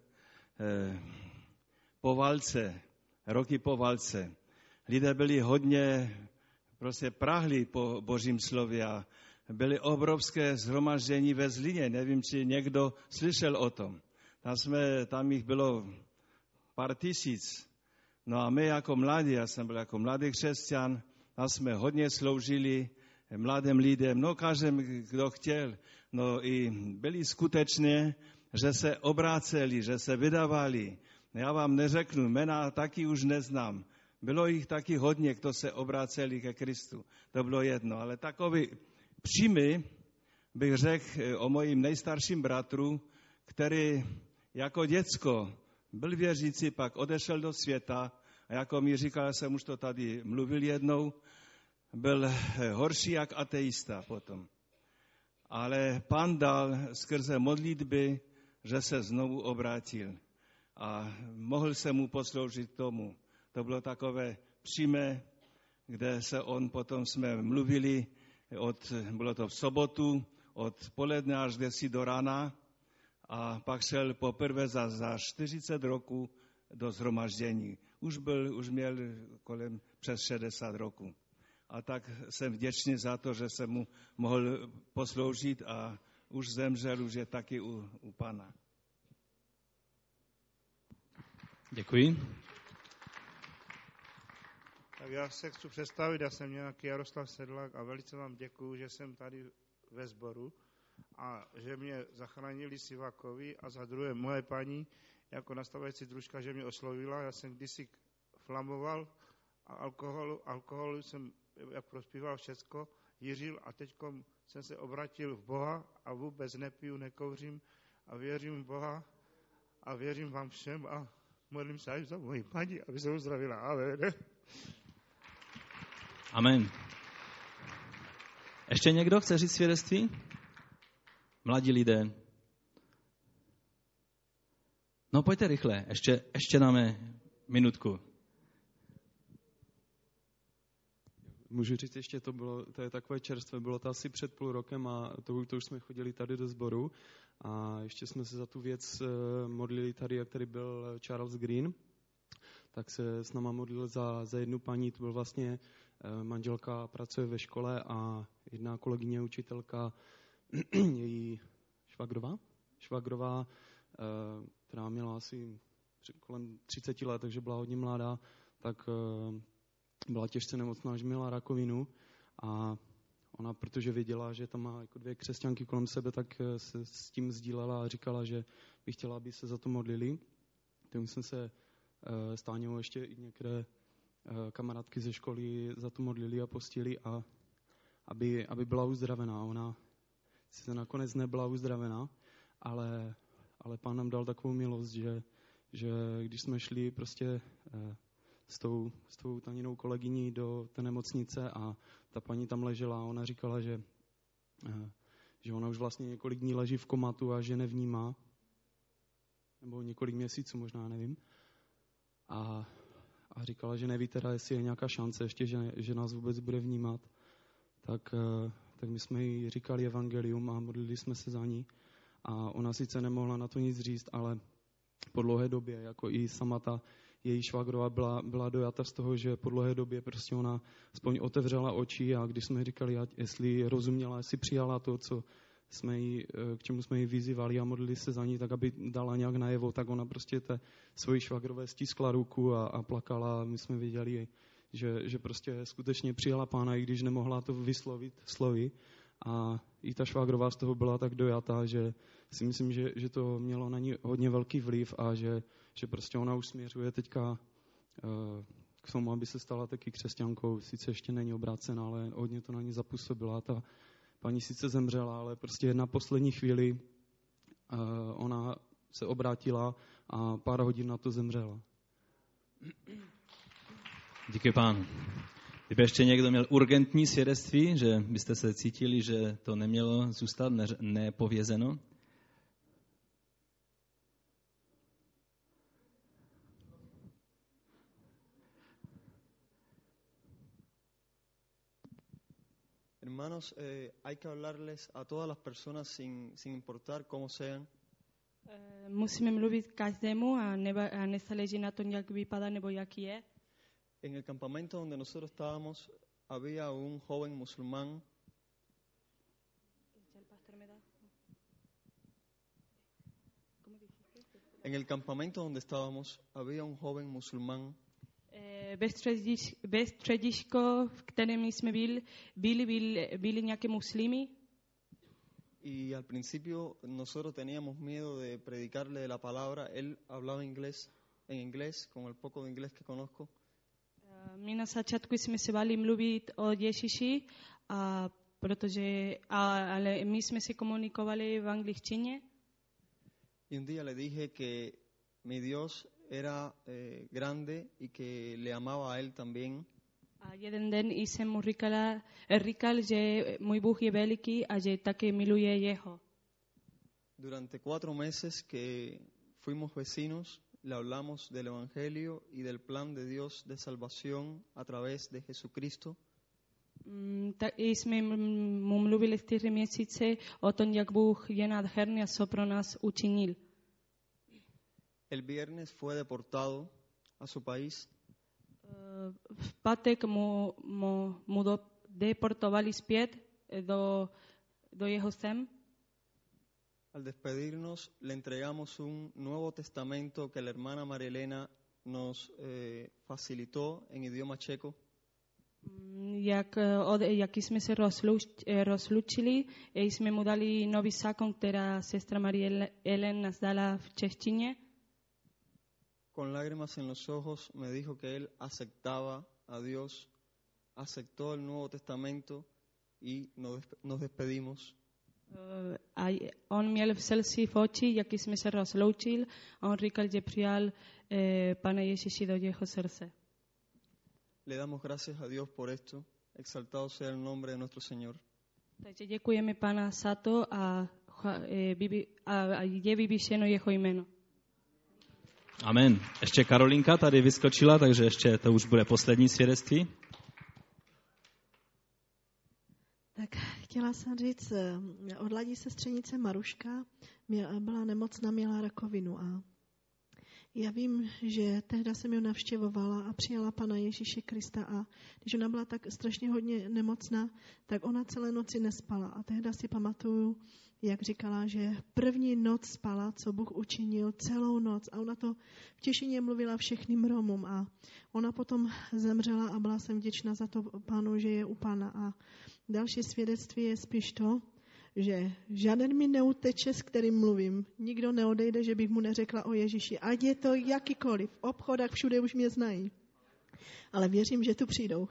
po válce, roky po válce. Lidé byli hodně prostě prahli po Božím slově a byly obrovské shromaždění ve Zlíně. Nevím, či někdo slyšel o tom. Tam, jsme, tam jich bylo pár tisíc. No a my jako mladí, já jsem byl jako mladý křesťan, tam jsme hodně sloužili mladým lidem, no každým, kdo chtěl. No i byli skutečně, že se obráceli, že se vydávali. Já vám neřeknu, jména taky už neznám. Bylo jich taky hodně, kdo se obráceli ke Kristu. To bylo jedno, ale takový přímý bych řekl o mojím nejstarším bratru, který jako děcko byl věřící, pak odešel do světa a jako mi říkal, jsem už to tady mluvil jednou, byl horší jak ateista potom. Ale Pán dal skrze modlitby, že se znovu obrátil a mohl se mu posloužit tomu. To bylo takové přímé, kde se on potom jsme mluvili, od, bylo to v sobotu, od poledne až desi do rána a pak šel poprvé za, za čtyřicet roků do shromaždění. Už byl, už měl kolem přes šedesát roků. A tak jsem vděčný za to, že jsem mu mohl posloužit a už zemřel, už je taky u, u Pana. Děkuji. Tak já se chci představit, já jsem nějaký Jaroslav Sedlák a velice vám děkuju, že jsem tady ve sboru a že mě zachránili Sivakovi a za druhé moje paní jako nastavující družka, že mě oslovila. Já jsem kdysi flamoval a alkoholu, alkoholu jsem jak prospíval všecko, jiřil a teď jsem se obratil v Boha a vůbec nepiju, nekouřím a věřím v Boha a věřím vám všem a modlím se až za moji paní, aby se uzdravila. Amen. Amen. Ještě někdo chce říct svědectví? Mladí lidé. No pojďte rychle, ještě, ještě dáme minutku. Můžu říct ještě, to bylo, to je takové čerstvé, bylo to asi před půl rokem a to, to už jsme chodili tady do sboru a ještě jsme se za tu věc modlili tady, jak tady byl Charles Green, tak se s náma modlil za, za jednu paní, to byl vlastně manželka, pracuje ve škole a jedna kolegyně, učitelka, její švagrová, švagrová, která měla asi kolem třicet let, takže byla hodně mladá, tak byla těžce nemocná, že měla rakovinu a ona, protože věděla, že tam má jako dvě křesťanky kolem sebe, tak se s tím sdílela a říkala, že by chtěla, aby se za to modlili. Tak jsme se s Táňou ještě i některé kamarádky ze školy za to modlili a postili, a aby, aby byla uzdravená. Ona sice nakonec nebyla uzdravená, ale, ale Pán nám dal takovou milost, že, že když jsme šli prostě s tou, s tou Taninou kolegyní do té nemocnice a ta paní tam ležela a ona říkala, že, že ona už vlastně několik dní leží v komatu a že nevnímá, nebo několik měsíců možná, nevím. A, a říkala, že neví teda, jestli je nějaká šance ještě, že, že nás vůbec bude vnímat. Tak, tak my jsme jí říkali evangelium a modlili jsme se za ní. A ona sice nemohla na to nic říct, ale po dlouhé době, jako i sama ta její švagrová byla, byla dojata z toho, že po dlouhé době prostě ona aspoň otevřela oči a když jsme jí říkali, jestli rozuměla, jestli přijala to, co jsme jí, k čemu jsme ji vyzývali a modlili se za ní, tak aby dala nějak najevo, tak ona prostě té svojí švagrové stiskla ruku a, a plakala. My jsme viděli, že, že prostě skutečně přijala Pána, i když nemohla to vyslovit slovy. A i ta švagrová z toho byla tak dojatá, že si myslím, že, že to mělo na ní hodně velký vliv a že, že prostě ona už směřuje teďka uh, k tomu, aby se stala taky křesťankou. Sice ještě není obrácená, ale hodně to na ní zapůsobila. Ta paní sice zemřela, ale prostě na poslední chvíli uh, ona se obrátila a pár hodin na to zemřela. Díky Pánu. Kdyby ještě někdo měl urgentní svědectví, že byste se cítili, že to nemělo zůstat nepovězeno? Hermanos, eh, hay que hablarles a todas las personas sin, sin importar cómo sean. Musíme mluvit každému a, neba, a nezáleží na tom, jak vypadá nebo jaký je. En el campamento donde nosotros estábamos había un joven musulmán. En el campamento donde estábamos había un joven musulmán. Ve středisko, v kterém jsme byli, byli, byli, byli nějaké muslimy. Y al principio nosotros teníamos miedo de predicarle la palabra. Él hablaba inglés, en inglés, con el poco de inglés que conozco. My na začátku jsme se báli mluvit o Ježíši, a protože, a, ale my jsme si komunikovali v angličtině. Y un día le dije que mi Dios era eh, grande y que le amaba a él también. A jeden den jsem mu říkala, říkal, že můj Bůh je veliký a že také miluje jeho. Durante cuatro meses que fuimos vecinos, le hablamos del Evangelio y del plan de Dios de salvación a través de Jesucristo. Mm, tak jsme mu mluvili čtyři měsíce o tom, jak Bůh je nádherný a co pro nás učinil. El viernes fue deportado a su país. V pátek mu, mu, mu do, deportovali zpět do, do jeho zem. Al despedirnos, le entregamos un Nuevo Testamento que la hermana María Elena nos eh, facilitó en idioma checo. Jak, od, jak jsme se rozluč, rozlučili, jsme mu dali nový zákon, která sestra María Elena nás dala v češtině. Con lágrimas en los ojos me dijo que él aceptaba a Dios, aceptó el Nuevo Testamento y nos despedimos. Uh, a on měl v srdci v oči, jaký jsme se rozloučil, a on říkal, že přijal eh, Pana Ježíši do jeho srdce. Le damos gracias a Dios por esto, exaltado sea el nombre de nuestro Señor. Takže děkujeme Pana za to a, a, a je vyvýšeno jeho jméno. Amen. Ještě Karolinka tady vyskočila, takže ještě to už bude poslední svědectví. Tak chtěla jsem říct, od ladí sestřenice Maruška byla nemocná, měla rakovinu a já vím, že tehdy jsem ji navštěvovala a přijala Pana Ježíše Krista a když ona byla tak strašně hodně nemocná, tak ona celé noci nespala a tehdy si pamatuju, jak říkala, že první noc spala, co Bůh učinil celou noc a ona to v těšině mluvila všechným Romům a ona potom zemřela a byla jsem vděčná za to Pánu, že je u Pána a další svědectví je spíš to, že žádný mi neuteče, s kterým mluvím. Nikdo neodejde, že bych mu neřekla o Ježíši. Ať je to jakýkoliv. V obchodách všude už mě znají. Ale věřím, že tu přijdou.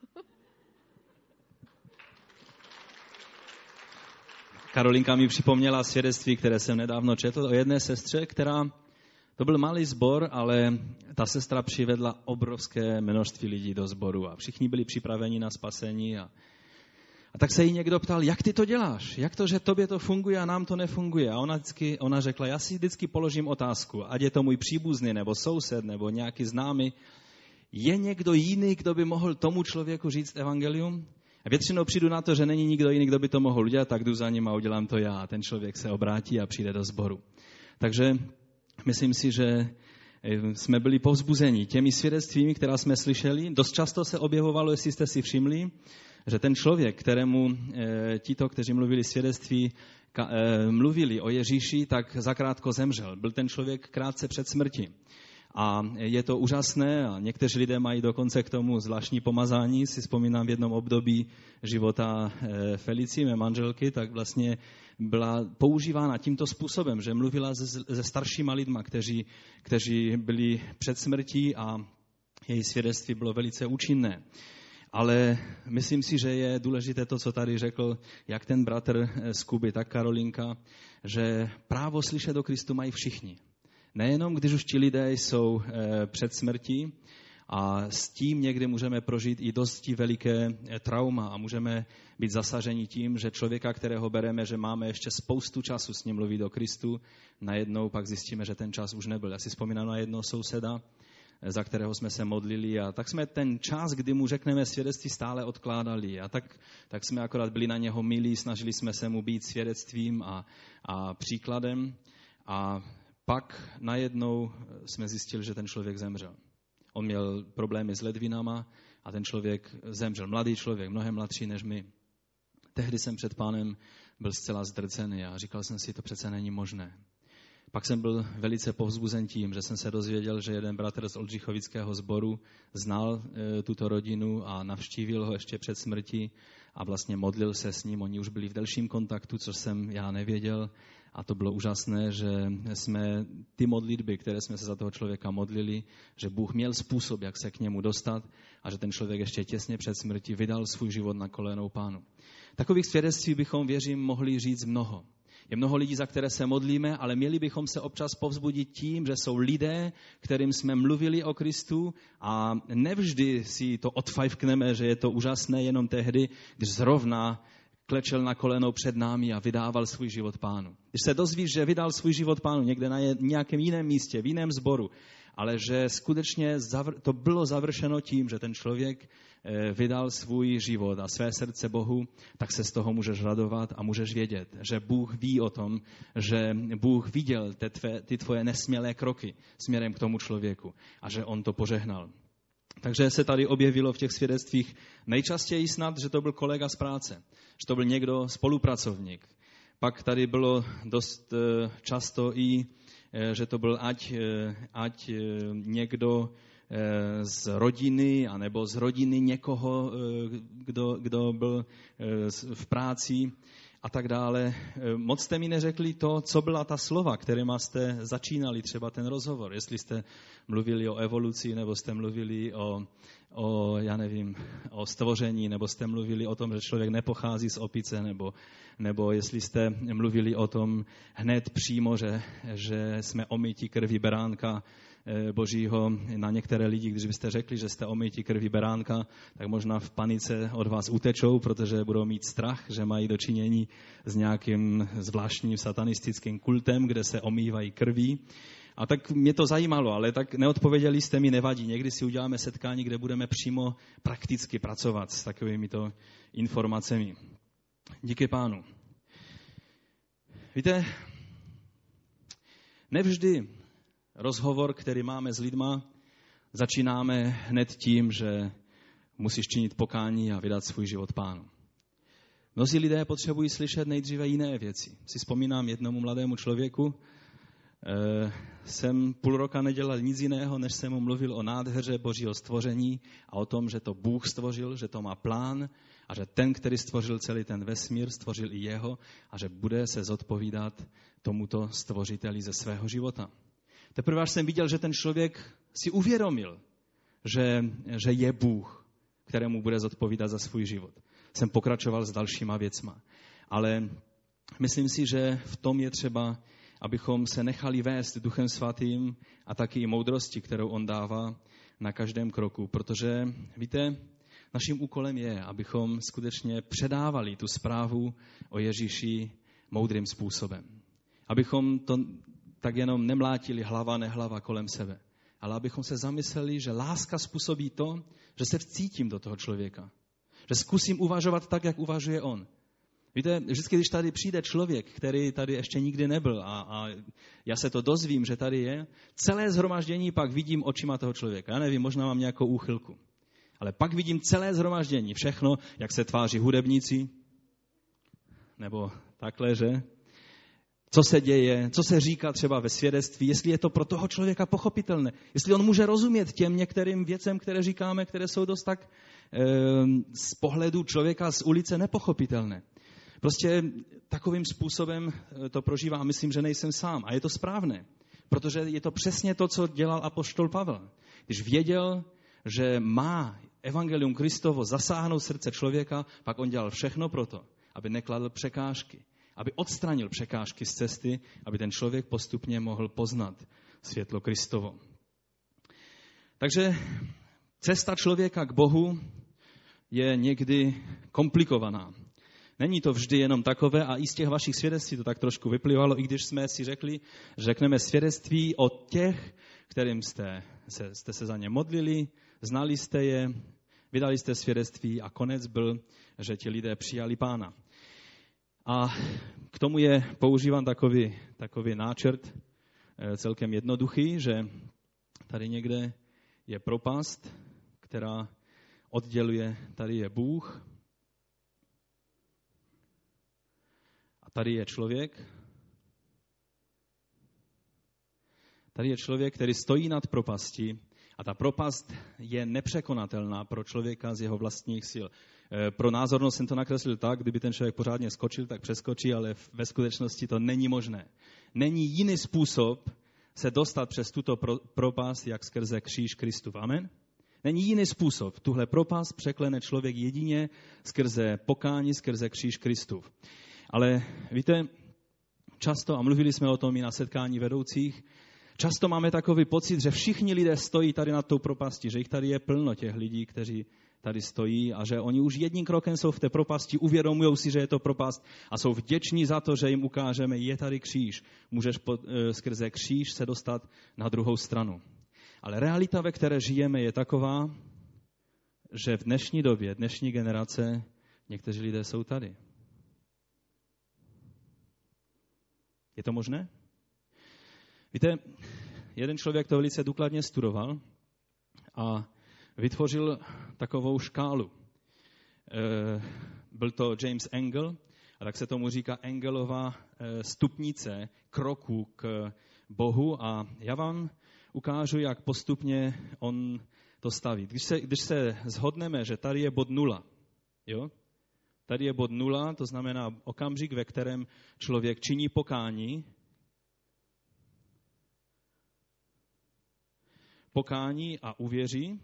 Karolinka mi připomněla svědectví, které jsem nedávno četl o jedné sestře, která, to byl malý sbor, ale ta sestra přivedla obrovské množství lidí do sboru a všichni byli připraveni na spasení a A tak se jí někdo ptal, jak ty to děláš? Jak to, že tobě to funguje a nám to nefunguje? A ona, vždycky, ona řekla, já si vždycky položím otázku, ať je to můj příbuzný, nebo soused, nebo nějaký známý. Je někdo jiný, kdo by mohl tomu člověku říct evangelium? A většinou přijdu na to, že není nikdo jiný, kdo by to mohl udělat, tak jdu za ním a udělám to já. A ten člověk se obrátí a přijde do sboru. Takže myslím si, že jsme byli povzbuzeni těmi svědectvími, která jsme slyšeli. Dost často se objevovalo, jestli jste si všimli, že ten člověk, kterému e, tito, kteří mluvili svědectví, ka, e, mluvili o Ježíši, tak zakrátko zemřel. Byl ten člověk krátce před smrtí. A je to úžasné a někteří lidé mají dokonce k tomu zvláštní pomazání. Si vzpomínám v jednom období života Felici, mé manželky, tak vlastně byla používána tímto způsobem, že mluvila se, se staršíma lidma, kteří, kteří byli před smrtí a její svědectví bylo velice účinné. Ale myslím si, že je důležité to, co tady řekl, jak ten bratr z Kuby, tak Karolinka, že právo slyšet o Kristu mají všichni. Nejenom, když už ti lidé jsou před smrtí a s tím někdy můžeme prožít i dosti veliké trauma a můžeme být zasaženi tím, že člověka, kterého bereme, že máme ještě spoustu času s ním mluvit o Kristu, najednou pak zjistíme, že ten čas už nebyl. Já si vzpomínám na jednoho souseda, za kterého jsme se modlili a tak jsme ten čas, kdy mu řekneme svědectví, stále odkládali a tak, tak jsme akorát byli na něho milí, snažili jsme se mu být svědectvím a, a příkladem a pak najednou jsme zjistili, že ten člověk zemřel. On měl problémy s ledvinama a ten člověk zemřel. Mladý člověk, mnohem mladší než my. Tehdy jsem před Pánem byl zcela zdrcený a říkal jsem si, to přece není možné. Pak jsem byl velice povzbuzen tím, že jsem se dozvěděl, že jeden bratr z Oldřichovického sboru znal e, tuto rodinu a navštívil ho ještě před smrtí a vlastně modlil se s ním. Oni už byli v delším kontaktu, což jsem já nevěděl. A to bylo úžasné, že jsme ty modlitby, které jsme se za toho člověka modlili, že Bůh měl způsob, jak se k němu dostat a že ten člověk ještě těsně před smrtí vydal svůj život na kolenou Pánu. Takových svědectví bychom, věřím, mohli říct mnoho. Je mnoho lidí, za které se modlíme, ale měli bychom se občas povzbudit tím, že jsou lidé, kterým jsme mluvili o Kristu a nevždy si to odfajfkneme, že je to úžasné jenom tehdy, když zrovna klečel na kolenou před námi a vydával svůj život Pánu. Když se dozvíš, že vydal svůj život Pánu někde na nějakém jiném místě, v jiném sboru, ale že skutečně to bylo završeno tím, že ten člověk vydal svůj život a své srdce Bohu, tak se z toho můžeš radovat a můžeš vědět, že Bůh ví o tom, že Bůh viděl ty tvoje, ty tvoje nesmělé kroky směrem k tomu člověku a že on to požehnal. Takže se tady objevilo v těch svědectvích nejčastěji snad, že to byl kolega z práce, že to byl někdo spolupracovník. Pak tady bylo dost často i, že to byl ať, ať někdo z rodiny, anebo z rodiny někoho, kdo, kdo byl v práci a tak dále. Moc jste mi neřekli to, co byla ta slova, kterýma jste začínali třeba ten rozhovor. Jestli jste mluvili o evoluci, nebo jste mluvili o, o, já nevím, o stvoření, nebo jste mluvili o tom, že člověk nepochází z opice, nebo, nebo jestli jste mluvili o tom hned přímo, že, že jsme omyti krví beránka Božího. Na některé lidi, když byste řekli, že jste omyti krví beránka, tak možná v panice od vás utečou, protože budou mít strach, že mají dočinění s nějakým zvláštním satanistickým kultem, kde se omývají krví. A tak mě to zajímalo, ale tak neodpověděli jste mi, nevadí. Někdy si uděláme setkání, kde budeme přímo prakticky pracovat s takovýmito informacemi. Díky Pánu. Víte, nevždy rozhovor, který máme s lidma, začínáme hned tím, že musíš činit pokání a vydat svůj život Pánu. Mnozí lidé potřebují slyšet nejdříve jiné věci. Si vzpomínám jednomu mladému člověku, e, jsem půl roka nedělal nic jiného, než jsem mu mluvil o nádheře Božího stvoření a o tom, že to Bůh stvořil, že to má plán a že ten, který stvořil celý ten vesmír, stvořil i jeho a že bude se zodpovídat tomuto stvořiteli ze svého života. Teprve až jsem viděl, že ten člověk si uvědomil, že, že je Bůh, kterému bude zodpovídat za svůj život. Jsem pokračoval s dalšíma věcma. Ale myslím si, že v tom je třeba, abychom se nechali vést Duchem Svatým a taky i moudrosti, kterou on dává na každém kroku. Protože, víte, naším úkolem je, abychom skutečně předávali tu zprávu o Ježíši moudrým způsobem. Abychom to tak jenom nemlátili hlava, nehlava kolem sebe. Ale abychom se zamysleli, že láska způsobí to, že se vcítím do toho člověka. Že zkusím uvažovat tak, jak uvažuje on. Víte, vždycky, když tady přijde člověk, který tady ještě nikdy nebyl a, a já se to dozvím, že tady je, celé shromaždění pak vidím očima toho člověka. Já nevím, možná mám nějakou úchylku. Ale pak vidím celé shromaždění, všechno, jak se tváří hudebníci, nebo takhle, že? Co se děje, co se říká třeba ve svědectví, jestli je to pro toho člověka pochopitelné, jestli on může rozumět těm některým věcem, které říkáme, které jsou dost tak e, z pohledu člověka z ulice nepochopitelné. Prostě takovým způsobem to prožívá a myslím, že nejsem sám. A je to správné, protože je to přesně to, co dělal apoštol Pavel. Když věděl, že má evangelium Kristovo zasáhnout srdce člověka, pak on dělal všechno proto, aby nekladl překážky, aby odstranil překážky z cesty, aby ten člověk postupně mohl poznat světlo Kristovo. Takže cesta člověka k Bohu je někdy komplikovaná. Není to vždy jenom takové a i z těch vašich svědectví to tak trošku vyplývalo, i když jsme si řekli, řekneme svědectví o těch, kterým jste se, jste se za ně modlili, znali jste je, vydali jste svědectví a konec byl, že ti lidé přijali Pána. A k tomu je používán takový, takový náčrt celkem jednoduchý, že tady někde je propast, která odděluje, tady je Bůh a tady je člověk. Tady je člověk, který stojí nad propastí a ta propast je nepřekonatelná pro člověka z jeho vlastních sil. Pro názornost jsem to nakreslil tak, kdyby ten člověk pořádně skočil, tak přeskočí, ale ve skutečnosti to není možné. Není jiný způsob se dostat přes tuto propast, jak skrze kříž Kristův. Amen? Není jiný způsob. Tuhle propast překlene člověk jedině skrze pokání, skrze kříž Kristův. Ale víte, často, a mluvili jsme o tom i na setkání vedoucích, často máme takový pocit, že všichni lidé stojí tady nad tou propastí, že jich tady je plno těch lidí, kteří tady stojí a že oni už jedním krokem jsou v té propasti, uvědomují si, že je to propast a jsou vděční za to, že jim ukážeme, je tady kříž. Můžeš pod, skrze kříž se dostat na druhou stranu. Ale realita, ve které žijeme, je taková, že v dnešní době, dnešní generace, někteří lidé jsou tady. Je to možné? Víte, jeden člověk to velice důkladně studoval a vytvořil takovou škálu. Byl to James Engel, a tak se tomu říká Engelová stupnice kroku k Bohu a já vám ukážu, jak postupně on to staví. Když se, když se shodneme, že tady je bod nula, jo? Tady je bod nula, to znamená okamžik, ve kterém člověk činí pokání, pokání a uvěří,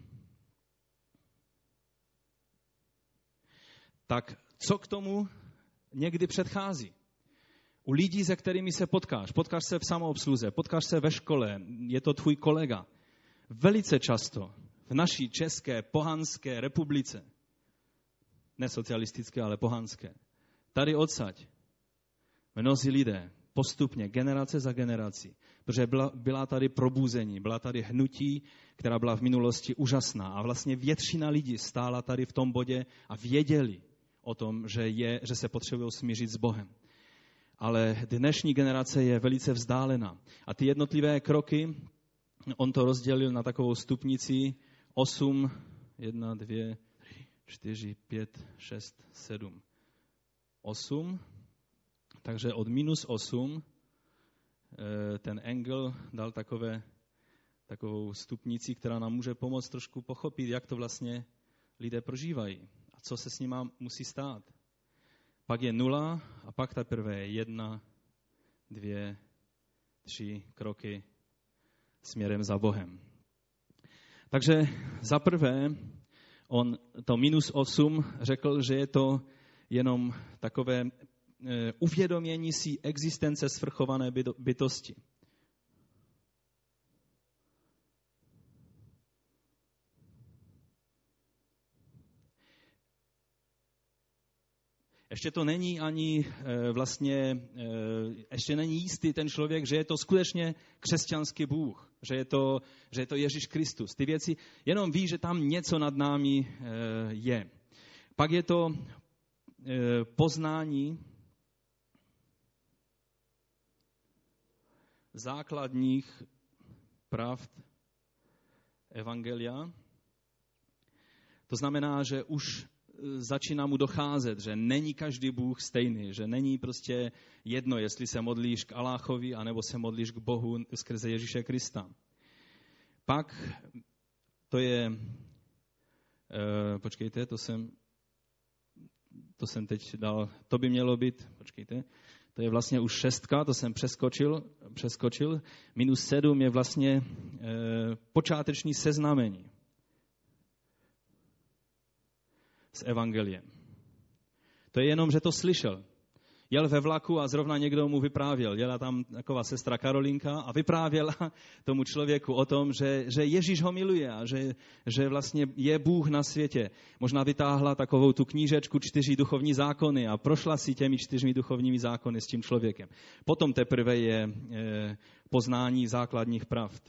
tak co k tomu někdy předchází? U lidí, se kterými se potkáš, potkáš se v samoobsluze, potkáš se ve škole, je to tvůj kolega. Velice často v naší české pohanské republice, ne socialistické, ale pohanské, tady odsaď, mnozí lidé postupně, generace za generací, protože byla, byla tady probuzení, byla tady hnutí, která byla v minulosti úžasná a vlastně většina lidí stála tady v tom bodě a věděli o tom, že, je, že se potřebují smířit s Bohem. Ale dnešní generace je velice vzdálená. A ty jednotlivé kroky, on to rozdělil na takovou stupnici osm, jedna, dvě, tři, čtyři, pět, šest, sedm. osm, takže od minus osm ten Engel dal takové, takovou stupnici, která nám může pomoct trošku pochopit, jak to vlastně lidé prožívají a co se s nima musí stát. Pak je nula a pak teprve jedna, dvě, tři kroky směrem za Bohem. Takže za prvé, on to minus osm řekl, že je to jenom takové uvědomění si existence svrchované bytosti. Ještě to není ani vlastně, ještě není jistý ten člověk, že je to skutečně křesťanský Bůh, že je to, že je to Ježíš Kristus. Ty věci jenom ví, že tam něco nad námi je. Pak je to poznání základních pravd evangelia. To znamená, že už začíná mu docházet, že není každý Bůh stejný, že není prostě jedno, jestli se modlíš k Aláchovi, anebo se modlíš k Bohu skrze Ježíše Krista. Pak to je, uh, počkejte, to jsem, to jsem teď dal, to by mělo být, počkejte, to je vlastně už šestka, to jsem přeskočil, přeskočil. Minus sedm je vlastně uh, počáteční seznámení s evangeliem. To je jenom, že to slyšel. Jel ve vlaku a zrovna někdo mu vyprávěl. Jela tam taková sestra Karolinka a vyprávěla tomu člověku o tom, že, že Ježíš ho miluje a že, že vlastně je Bůh na světě. Možná vytáhla takovou tu knížečku čtyři duchovní zákony a prošla si těmi čtyřmi duchovními zákony s tím člověkem. Potom teprve je, je poznání základních pravd.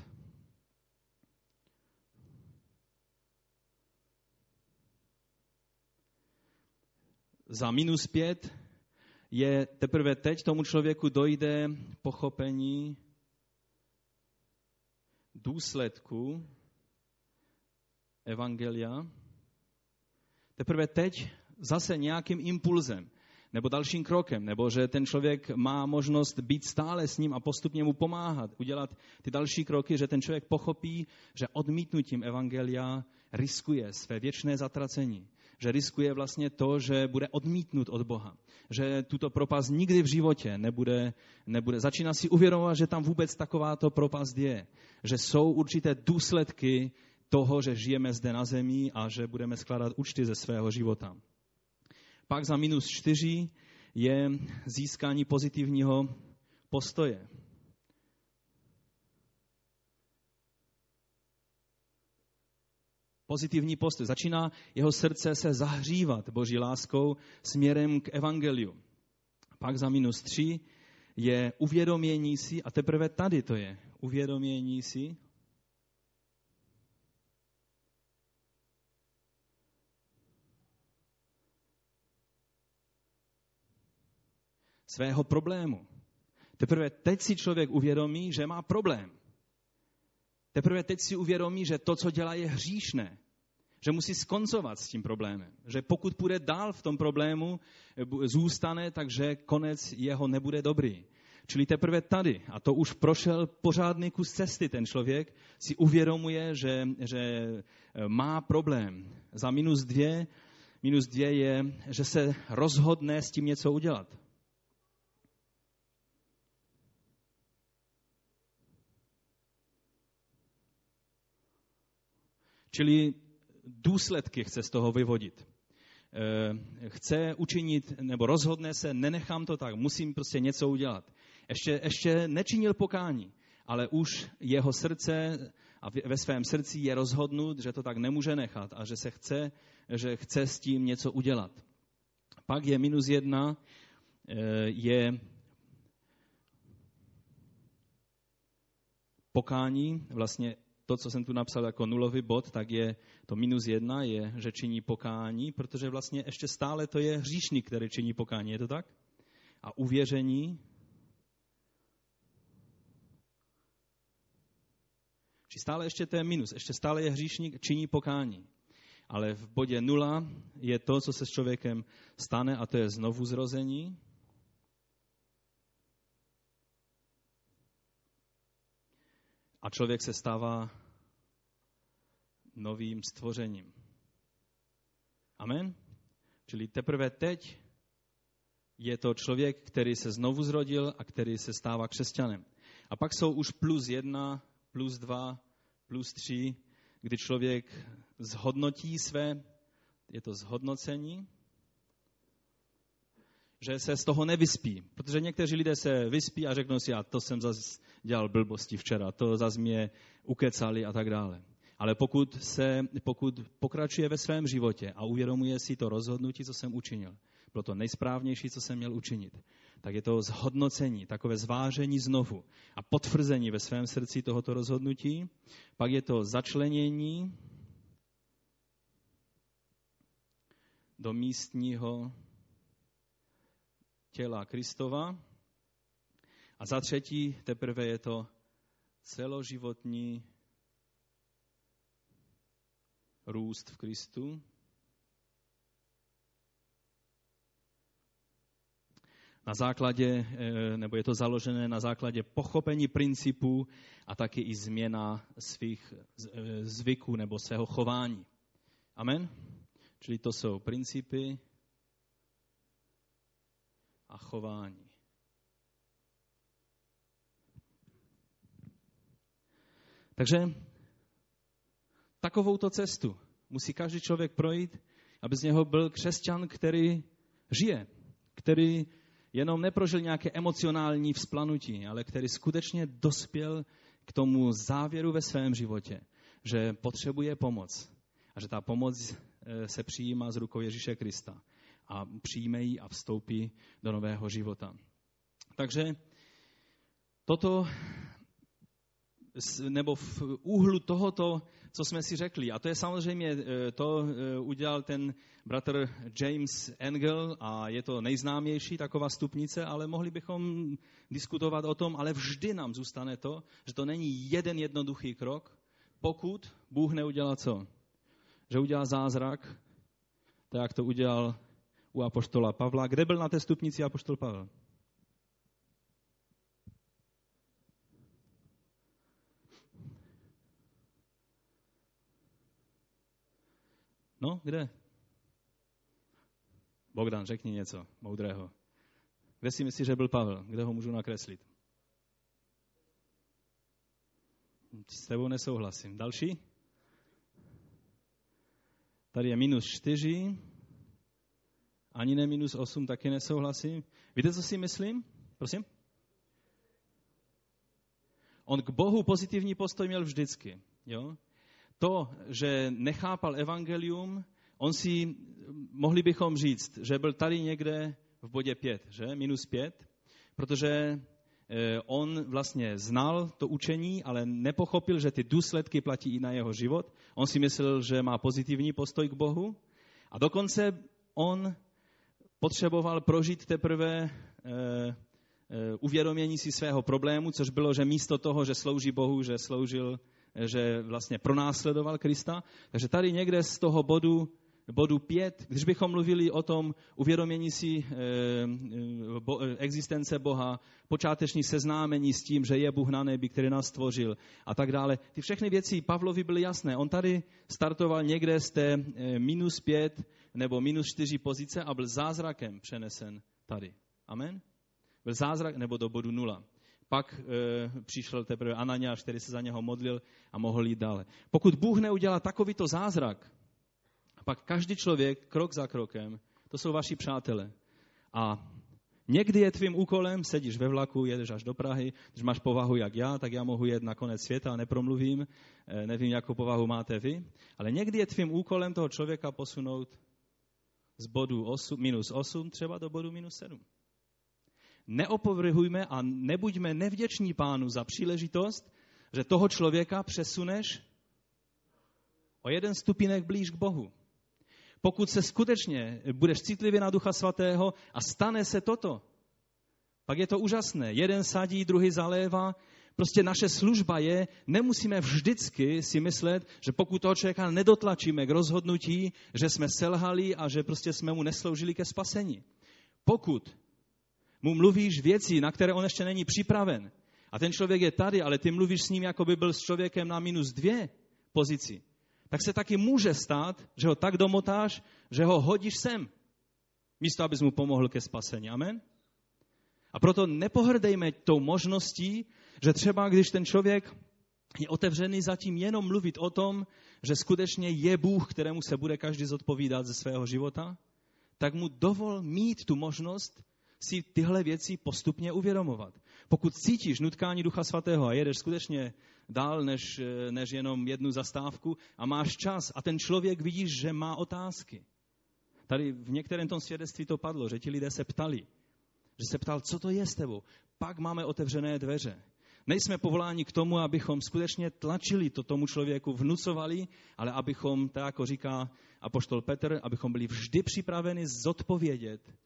Za minus pět je teprve teď tomu člověku dojde pochopení důsledku evangelia. Teprve teď zase nějakým impulzem nebo dalším krokem, nebo že ten člověk má možnost být stále s ním a postupně mu pomáhat, udělat ty další kroky, že ten člověk pochopí, že odmítnutím evangelia riskuje své věčné zatracení. Že riskuje vlastně to, že bude odmítnut od Boha. Že tuto propast nikdy v životě nebude, nebude. Začíná si uvědomovat, že tam vůbec takováto propast je. Že jsou určité důsledky toho, že žijeme zde na zemi a že budeme skládat účty ze svého života. Pak za minus čtyři je získání pozitivního postoje. Pozitivní postoj. Začíná jeho srdce se zahřívat Boží láskou směrem k evangeliu. Pak za minus tři je uvědomění si, a teprve tady to je, uvědomění si, svého problému. Teprve teď si člověk uvědomí, že má problém. Teprve teď si uvědomí, že to, co dělá, je hříšné. Že musí skoncovat s tím problémem. Že pokud půjde dál v tom problému, zůstane, takže konec jeho nebude dobrý. Čili teprve tady, a to už prošel pořádný kus cesty ten člověk, si uvědomuje, že, že má problém. Za minus dvě, minus dvě je, že se rozhodne s tím něco udělat. Čili důsledky chce z toho vyvodit. Chce učinit, nebo rozhodne se, nenechám to tak, musím prostě něco udělat. Ještě, ještě nečinil pokání, ale už jeho srdce a ve svém srdci je rozhodnut, že to tak nemůže nechat a že se chce, že chce s tím něco udělat. Pak je minus jedna, je pokání, vlastně to, co jsem tu napsal jako nulový bod, tak je to minus jedna, je, že činí pokání, protože vlastně ještě stále to je hříšník, který činí pokání, je to tak? A uvěření, či stále ještě to je minus, ještě stále je hříšník, činí pokání. Ale v bodě nula je to, co se s člověkem stane, a to je znovu zrození. A člověk se stává novým stvořením. Amen? Čili teprve teď je to člověk, který se znovu zrodil a který se stává křesťanem. A pak jsou už plus jedna, plus dva, plus tři, kdy člověk zhodnotí své, je to zhodnocení, že se z toho nevyspí. Protože někteří lidé se vyspí a řeknou si, a to jsem zase dělal blbosti včera, to zase mě ukecali a tak dále. Ale pokud, se, pokud pokračuje ve svém životě a uvědomuje si to rozhodnutí, co jsem učinil, bylo to nejsprávnější, co jsem měl učinit, tak je to zhodnocení, takové zvážení znovu a potvrzení ve svém srdci tohoto rozhodnutí. Pak je to začlenění do místního těla Kristova. A za třetí teprve je to celoživotní růst v Kristu. Na základě, nebo je to založené na základě pochopení principů a taky i změna svých zvyků nebo svého chování. Amen? Čili to jsou principy a chování. Takže takovouto cestu musí každý člověk projít, aby z něho byl křesťan, který žije, který jenom neprožil nějaké emocionální vzplanutí, ale který skutečně dospěl k tomu závěru ve svém životě, že potřebuje pomoc a že ta pomoc se přijímá z rukou Ježíše Krista a přijme ji a vstoupí do nového života. Takže toto, nebo v úhlu tohoto, co jsme si řekli, a to je samozřejmě, to udělal ten bratr James Engel a je to nejznámější taková stupnice, ale mohli bychom diskutovat o tom, ale vždy nám zůstane to, že to není jeden jednoduchý krok, pokud Bůh neudělá co? Že udělá zázrak, tak jak to udělal u apoštola Pavla. Kde byl na té stupnici apoštol Pavel? No, kde? Bogdan, řekni něco moudrého. Kde si myslíš, že byl Pavel? Kde ho můžu nakreslit? S tebou nesouhlasím. Další? Tady je minus čtyři. Ani ne minus osm, taky nesouhlasím. Víte, co si myslím? Prosím? On k Bohu pozitivní postoj měl vždycky. Jo? To, že nechápal evangelium, on si, mohli bychom říct, že byl tady někde v bodě pět, že? Minus pět, protože on vlastně znal to učení, ale nepochopil, že ty důsledky platí i na jeho život. On si myslel, že má pozitivní postoj k Bohu a dokonce on potřeboval prožít teprve uvědomění si svého problému, což bylo, že místo toho, že slouží Bohu, že sloužil, že vlastně pronásledoval Krista. Takže tady někde z toho bodu, bodu pět, když bychom mluvili o tom uvědomění si e, bo, existence Boha, počáteční seznámení s tím, že je Bůh na nebi, který nás stvořil a tak dále. Ty všechny věci Pavlovi byly jasné. On tady startoval někde z té e, minus pět nebo minus čtyři pozice a byl zázrakem přenesen tady. Amen? Byl zázrak nebo do bodu nula. Pak e, přišel teprve Ananiáš, který se za něho modlil a mohl jít dále. Pokud Bůh neudělá takovýto zázrak, pak každý člověk krok za krokem, to jsou vaši přátelé. A někdy je tvým úkolem, sedíš ve vlaku, jedeš až do Prahy, když máš povahu jak já, tak já mohu jet na konec světa a nepromluvím, e, nevím, jakou povahu máte vy, ale někdy je tvým úkolem toho člověka posunout z bodu osm, minus osm třeba do bodu minus sedm. Neopovrhujme a nebuďme nevděční Pánu za příležitost, že toho člověka přesuneš o jeden stupínek blíž k Bohu. Pokud se skutečně budeš citlivě na Ducha Svatého a stane se toto, pak je to úžasné. Jeden sadí, druhý zalévá. Prostě naše služba je, nemusíme vždycky si myslet, že pokud toho člověka nedotlačíme k rozhodnutí, že jsme selhali a že prostě jsme mu nesloužili ke spasení. Pokud mu mluvíš věci, na které on ještě není připraven. A ten člověk je tady, ale ty mluvíš s ním, jako by byl s člověkem na minus dvě pozici. Tak se taky může stát, že ho tak domotáš, že ho hodíš sem. Místo, abys mu pomohl ke spasení. Amen? A proto nepohrdejme tou možností, že třeba když ten člověk je otevřený zatím jenom mluvit o tom, že skutečně je Bůh, kterému se bude každý zodpovídat ze svého života, tak mu dovol mít tu možnost si tyhle věci postupně uvědomovat. Pokud cítíš nutkání Ducha Svatého a jedeš skutečně dál než, než jenom jednu zastávku a máš čas a ten člověk vidíš, že má otázky. Tady v některém tom svědectví to padlo, že ti lidé se ptali. Že se ptal, co to je s tebou. Pak máme otevřené dveře. Nejsme povoláni k tomu, abychom skutečně tlačili to tomu člověku, vnucovali, ale abychom, tak jako říká apoštol Petr, abychom byli vždy připraveni zodpovědět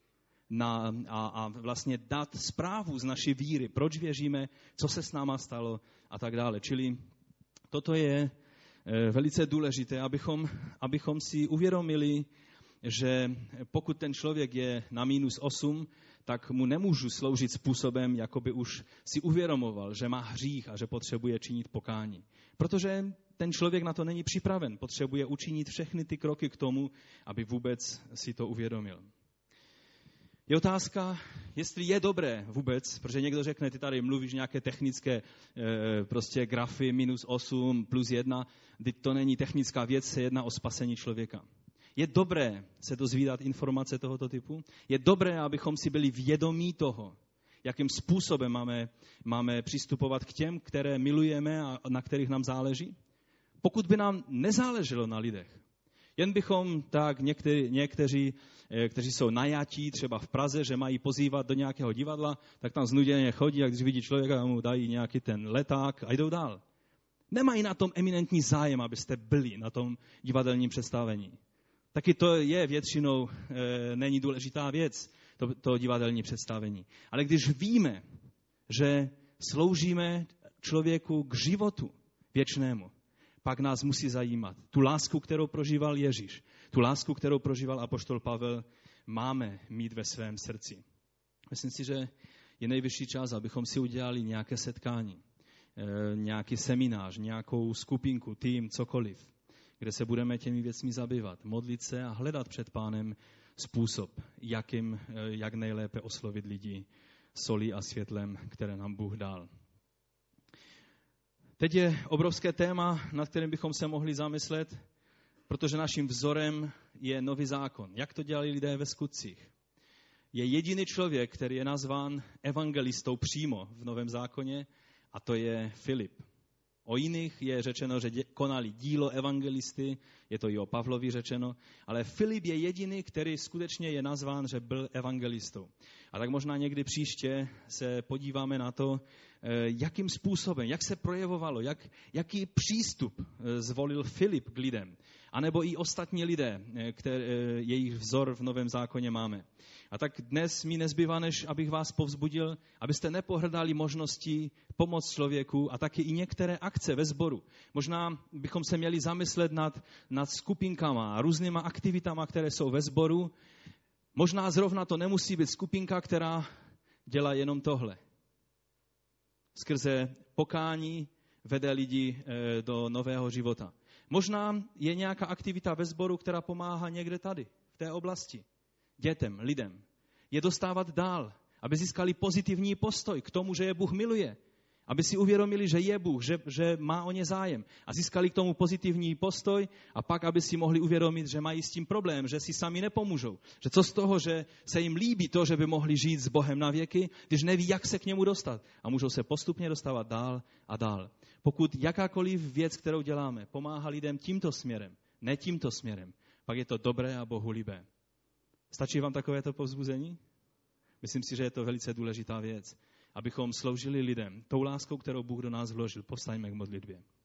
na, a, a vlastně dát zprávu z naší víry, proč věříme, co se s náma stalo a tak dále. Čili toto je velice důležité, abychom, abychom si uvědomili, že pokud ten člověk je na minus osm, tak mu nemůžu sloužit způsobem, jako by už si uvědomoval, že má hřích a že potřebuje činit pokání. Protože ten člověk na to není připraven, potřebuje učinit všechny ty kroky k tomu, aby vůbec si to uvědomil. Je otázka, jestli je dobré vůbec, protože někdo řekne, ty tady mluvíš nějaké technické e, prostě grafy, minus osm, plus jedna, teď to není technická věc, se jedná o spasení člověka. Je dobré se dozvídat informace tohoto typu? Je dobré, abychom si byli vědomí toho, jakým způsobem máme, máme přistupovat k těm, které milujeme a na kterých nám záleží? Pokud by nám nezáleželo na lidech, jen bychom tak někteří, někteří, kteří jsou najatí třeba v Praze, že mají pozývat do nějakého divadla, tak tam znuděně chodí a když vidí člověka, mu dají nějaký ten leták a jdou dál. Nemají na tom eminentní zájem, abyste byli na tom divadelním představení. Taky to je většinou, e, není důležitá věc, to, to divadelní představení. Ale když víme, že sloužíme člověku k životu věčnému, pak nás musí zajímat. Tu lásku, kterou prožíval Ježíš, tu lásku, kterou prožíval apoštol Pavel, máme mít ve svém srdci. Myslím si, že je nejvyšší čas, abychom si udělali nějaké setkání, e, nějaký seminář, nějakou skupinku, tým, cokoliv, kde se budeme těmi věcmi zabývat, modlit se a hledat před Pánem způsob, jakým, jak nejlépe oslovit lidi solí a světlem, které nám Bůh dal. Teď je obrovské téma, nad kterým bychom se mohli zamyslet, protože naším vzorem je nový zákon. Jak to dělali lidé ve skutcích? Je jediný člověk, který je nazván evangelistou přímo v Novém zákoně, a to je Filip. O jiných je řečeno, že konali dílo evangelisty, je to i o Pavlovi řečeno, ale Filip je jediný, který skutečně je nazván, že byl evangelistou. A tak možná někdy příště se podíváme na to, jakým způsobem, jak se projevovalo, jak, jaký přístup zvolil Filip k lidem, anebo i ostatní lidé, které, jejich vzor v Novém zákoně máme. A tak dnes mi nezbývá, než abych vás povzbudil, abyste nepohrdali možností pomoct člověku a taky i některé akce ve sboru. Možná bychom se měli zamyslet nad, nad skupinkama a různýma aktivitama, které jsou ve sboru. Možná zrovna to nemusí být skupinka, která dělá jenom tohle. Skrze pokání vede lidi do nového života. Možná je nějaká aktivita ve sboru, která pomáhá někde tady, v té oblasti. Dětem, lidem. Je dostávat dál, aby získali pozitivní postoj k tomu, že je Bůh miluje. Aby si uvědomili, že je Bůh, že, že má o ně zájem. A získali k tomu pozitivní postoj a pak, aby si mohli uvědomit, že mají s tím problém, že si sami nepomůžou. Že co z toho, že se jim líbí to, že by mohli žít s Bohem na věky, když neví, jak se k němu dostat. A můžou se postupně dostávat dál a dál. Pokud jakákoliv věc, kterou děláme, pomáhá lidem tímto směrem, ne tímto směrem, pak je to dobré a bohulibé. Stačí vám takovéto povzbuzení? Myslím si, že je to velice důležitá věc, abychom sloužili lidem tou láskou, kterou Bůh do nás vložil. Povstaňme k modlitbě.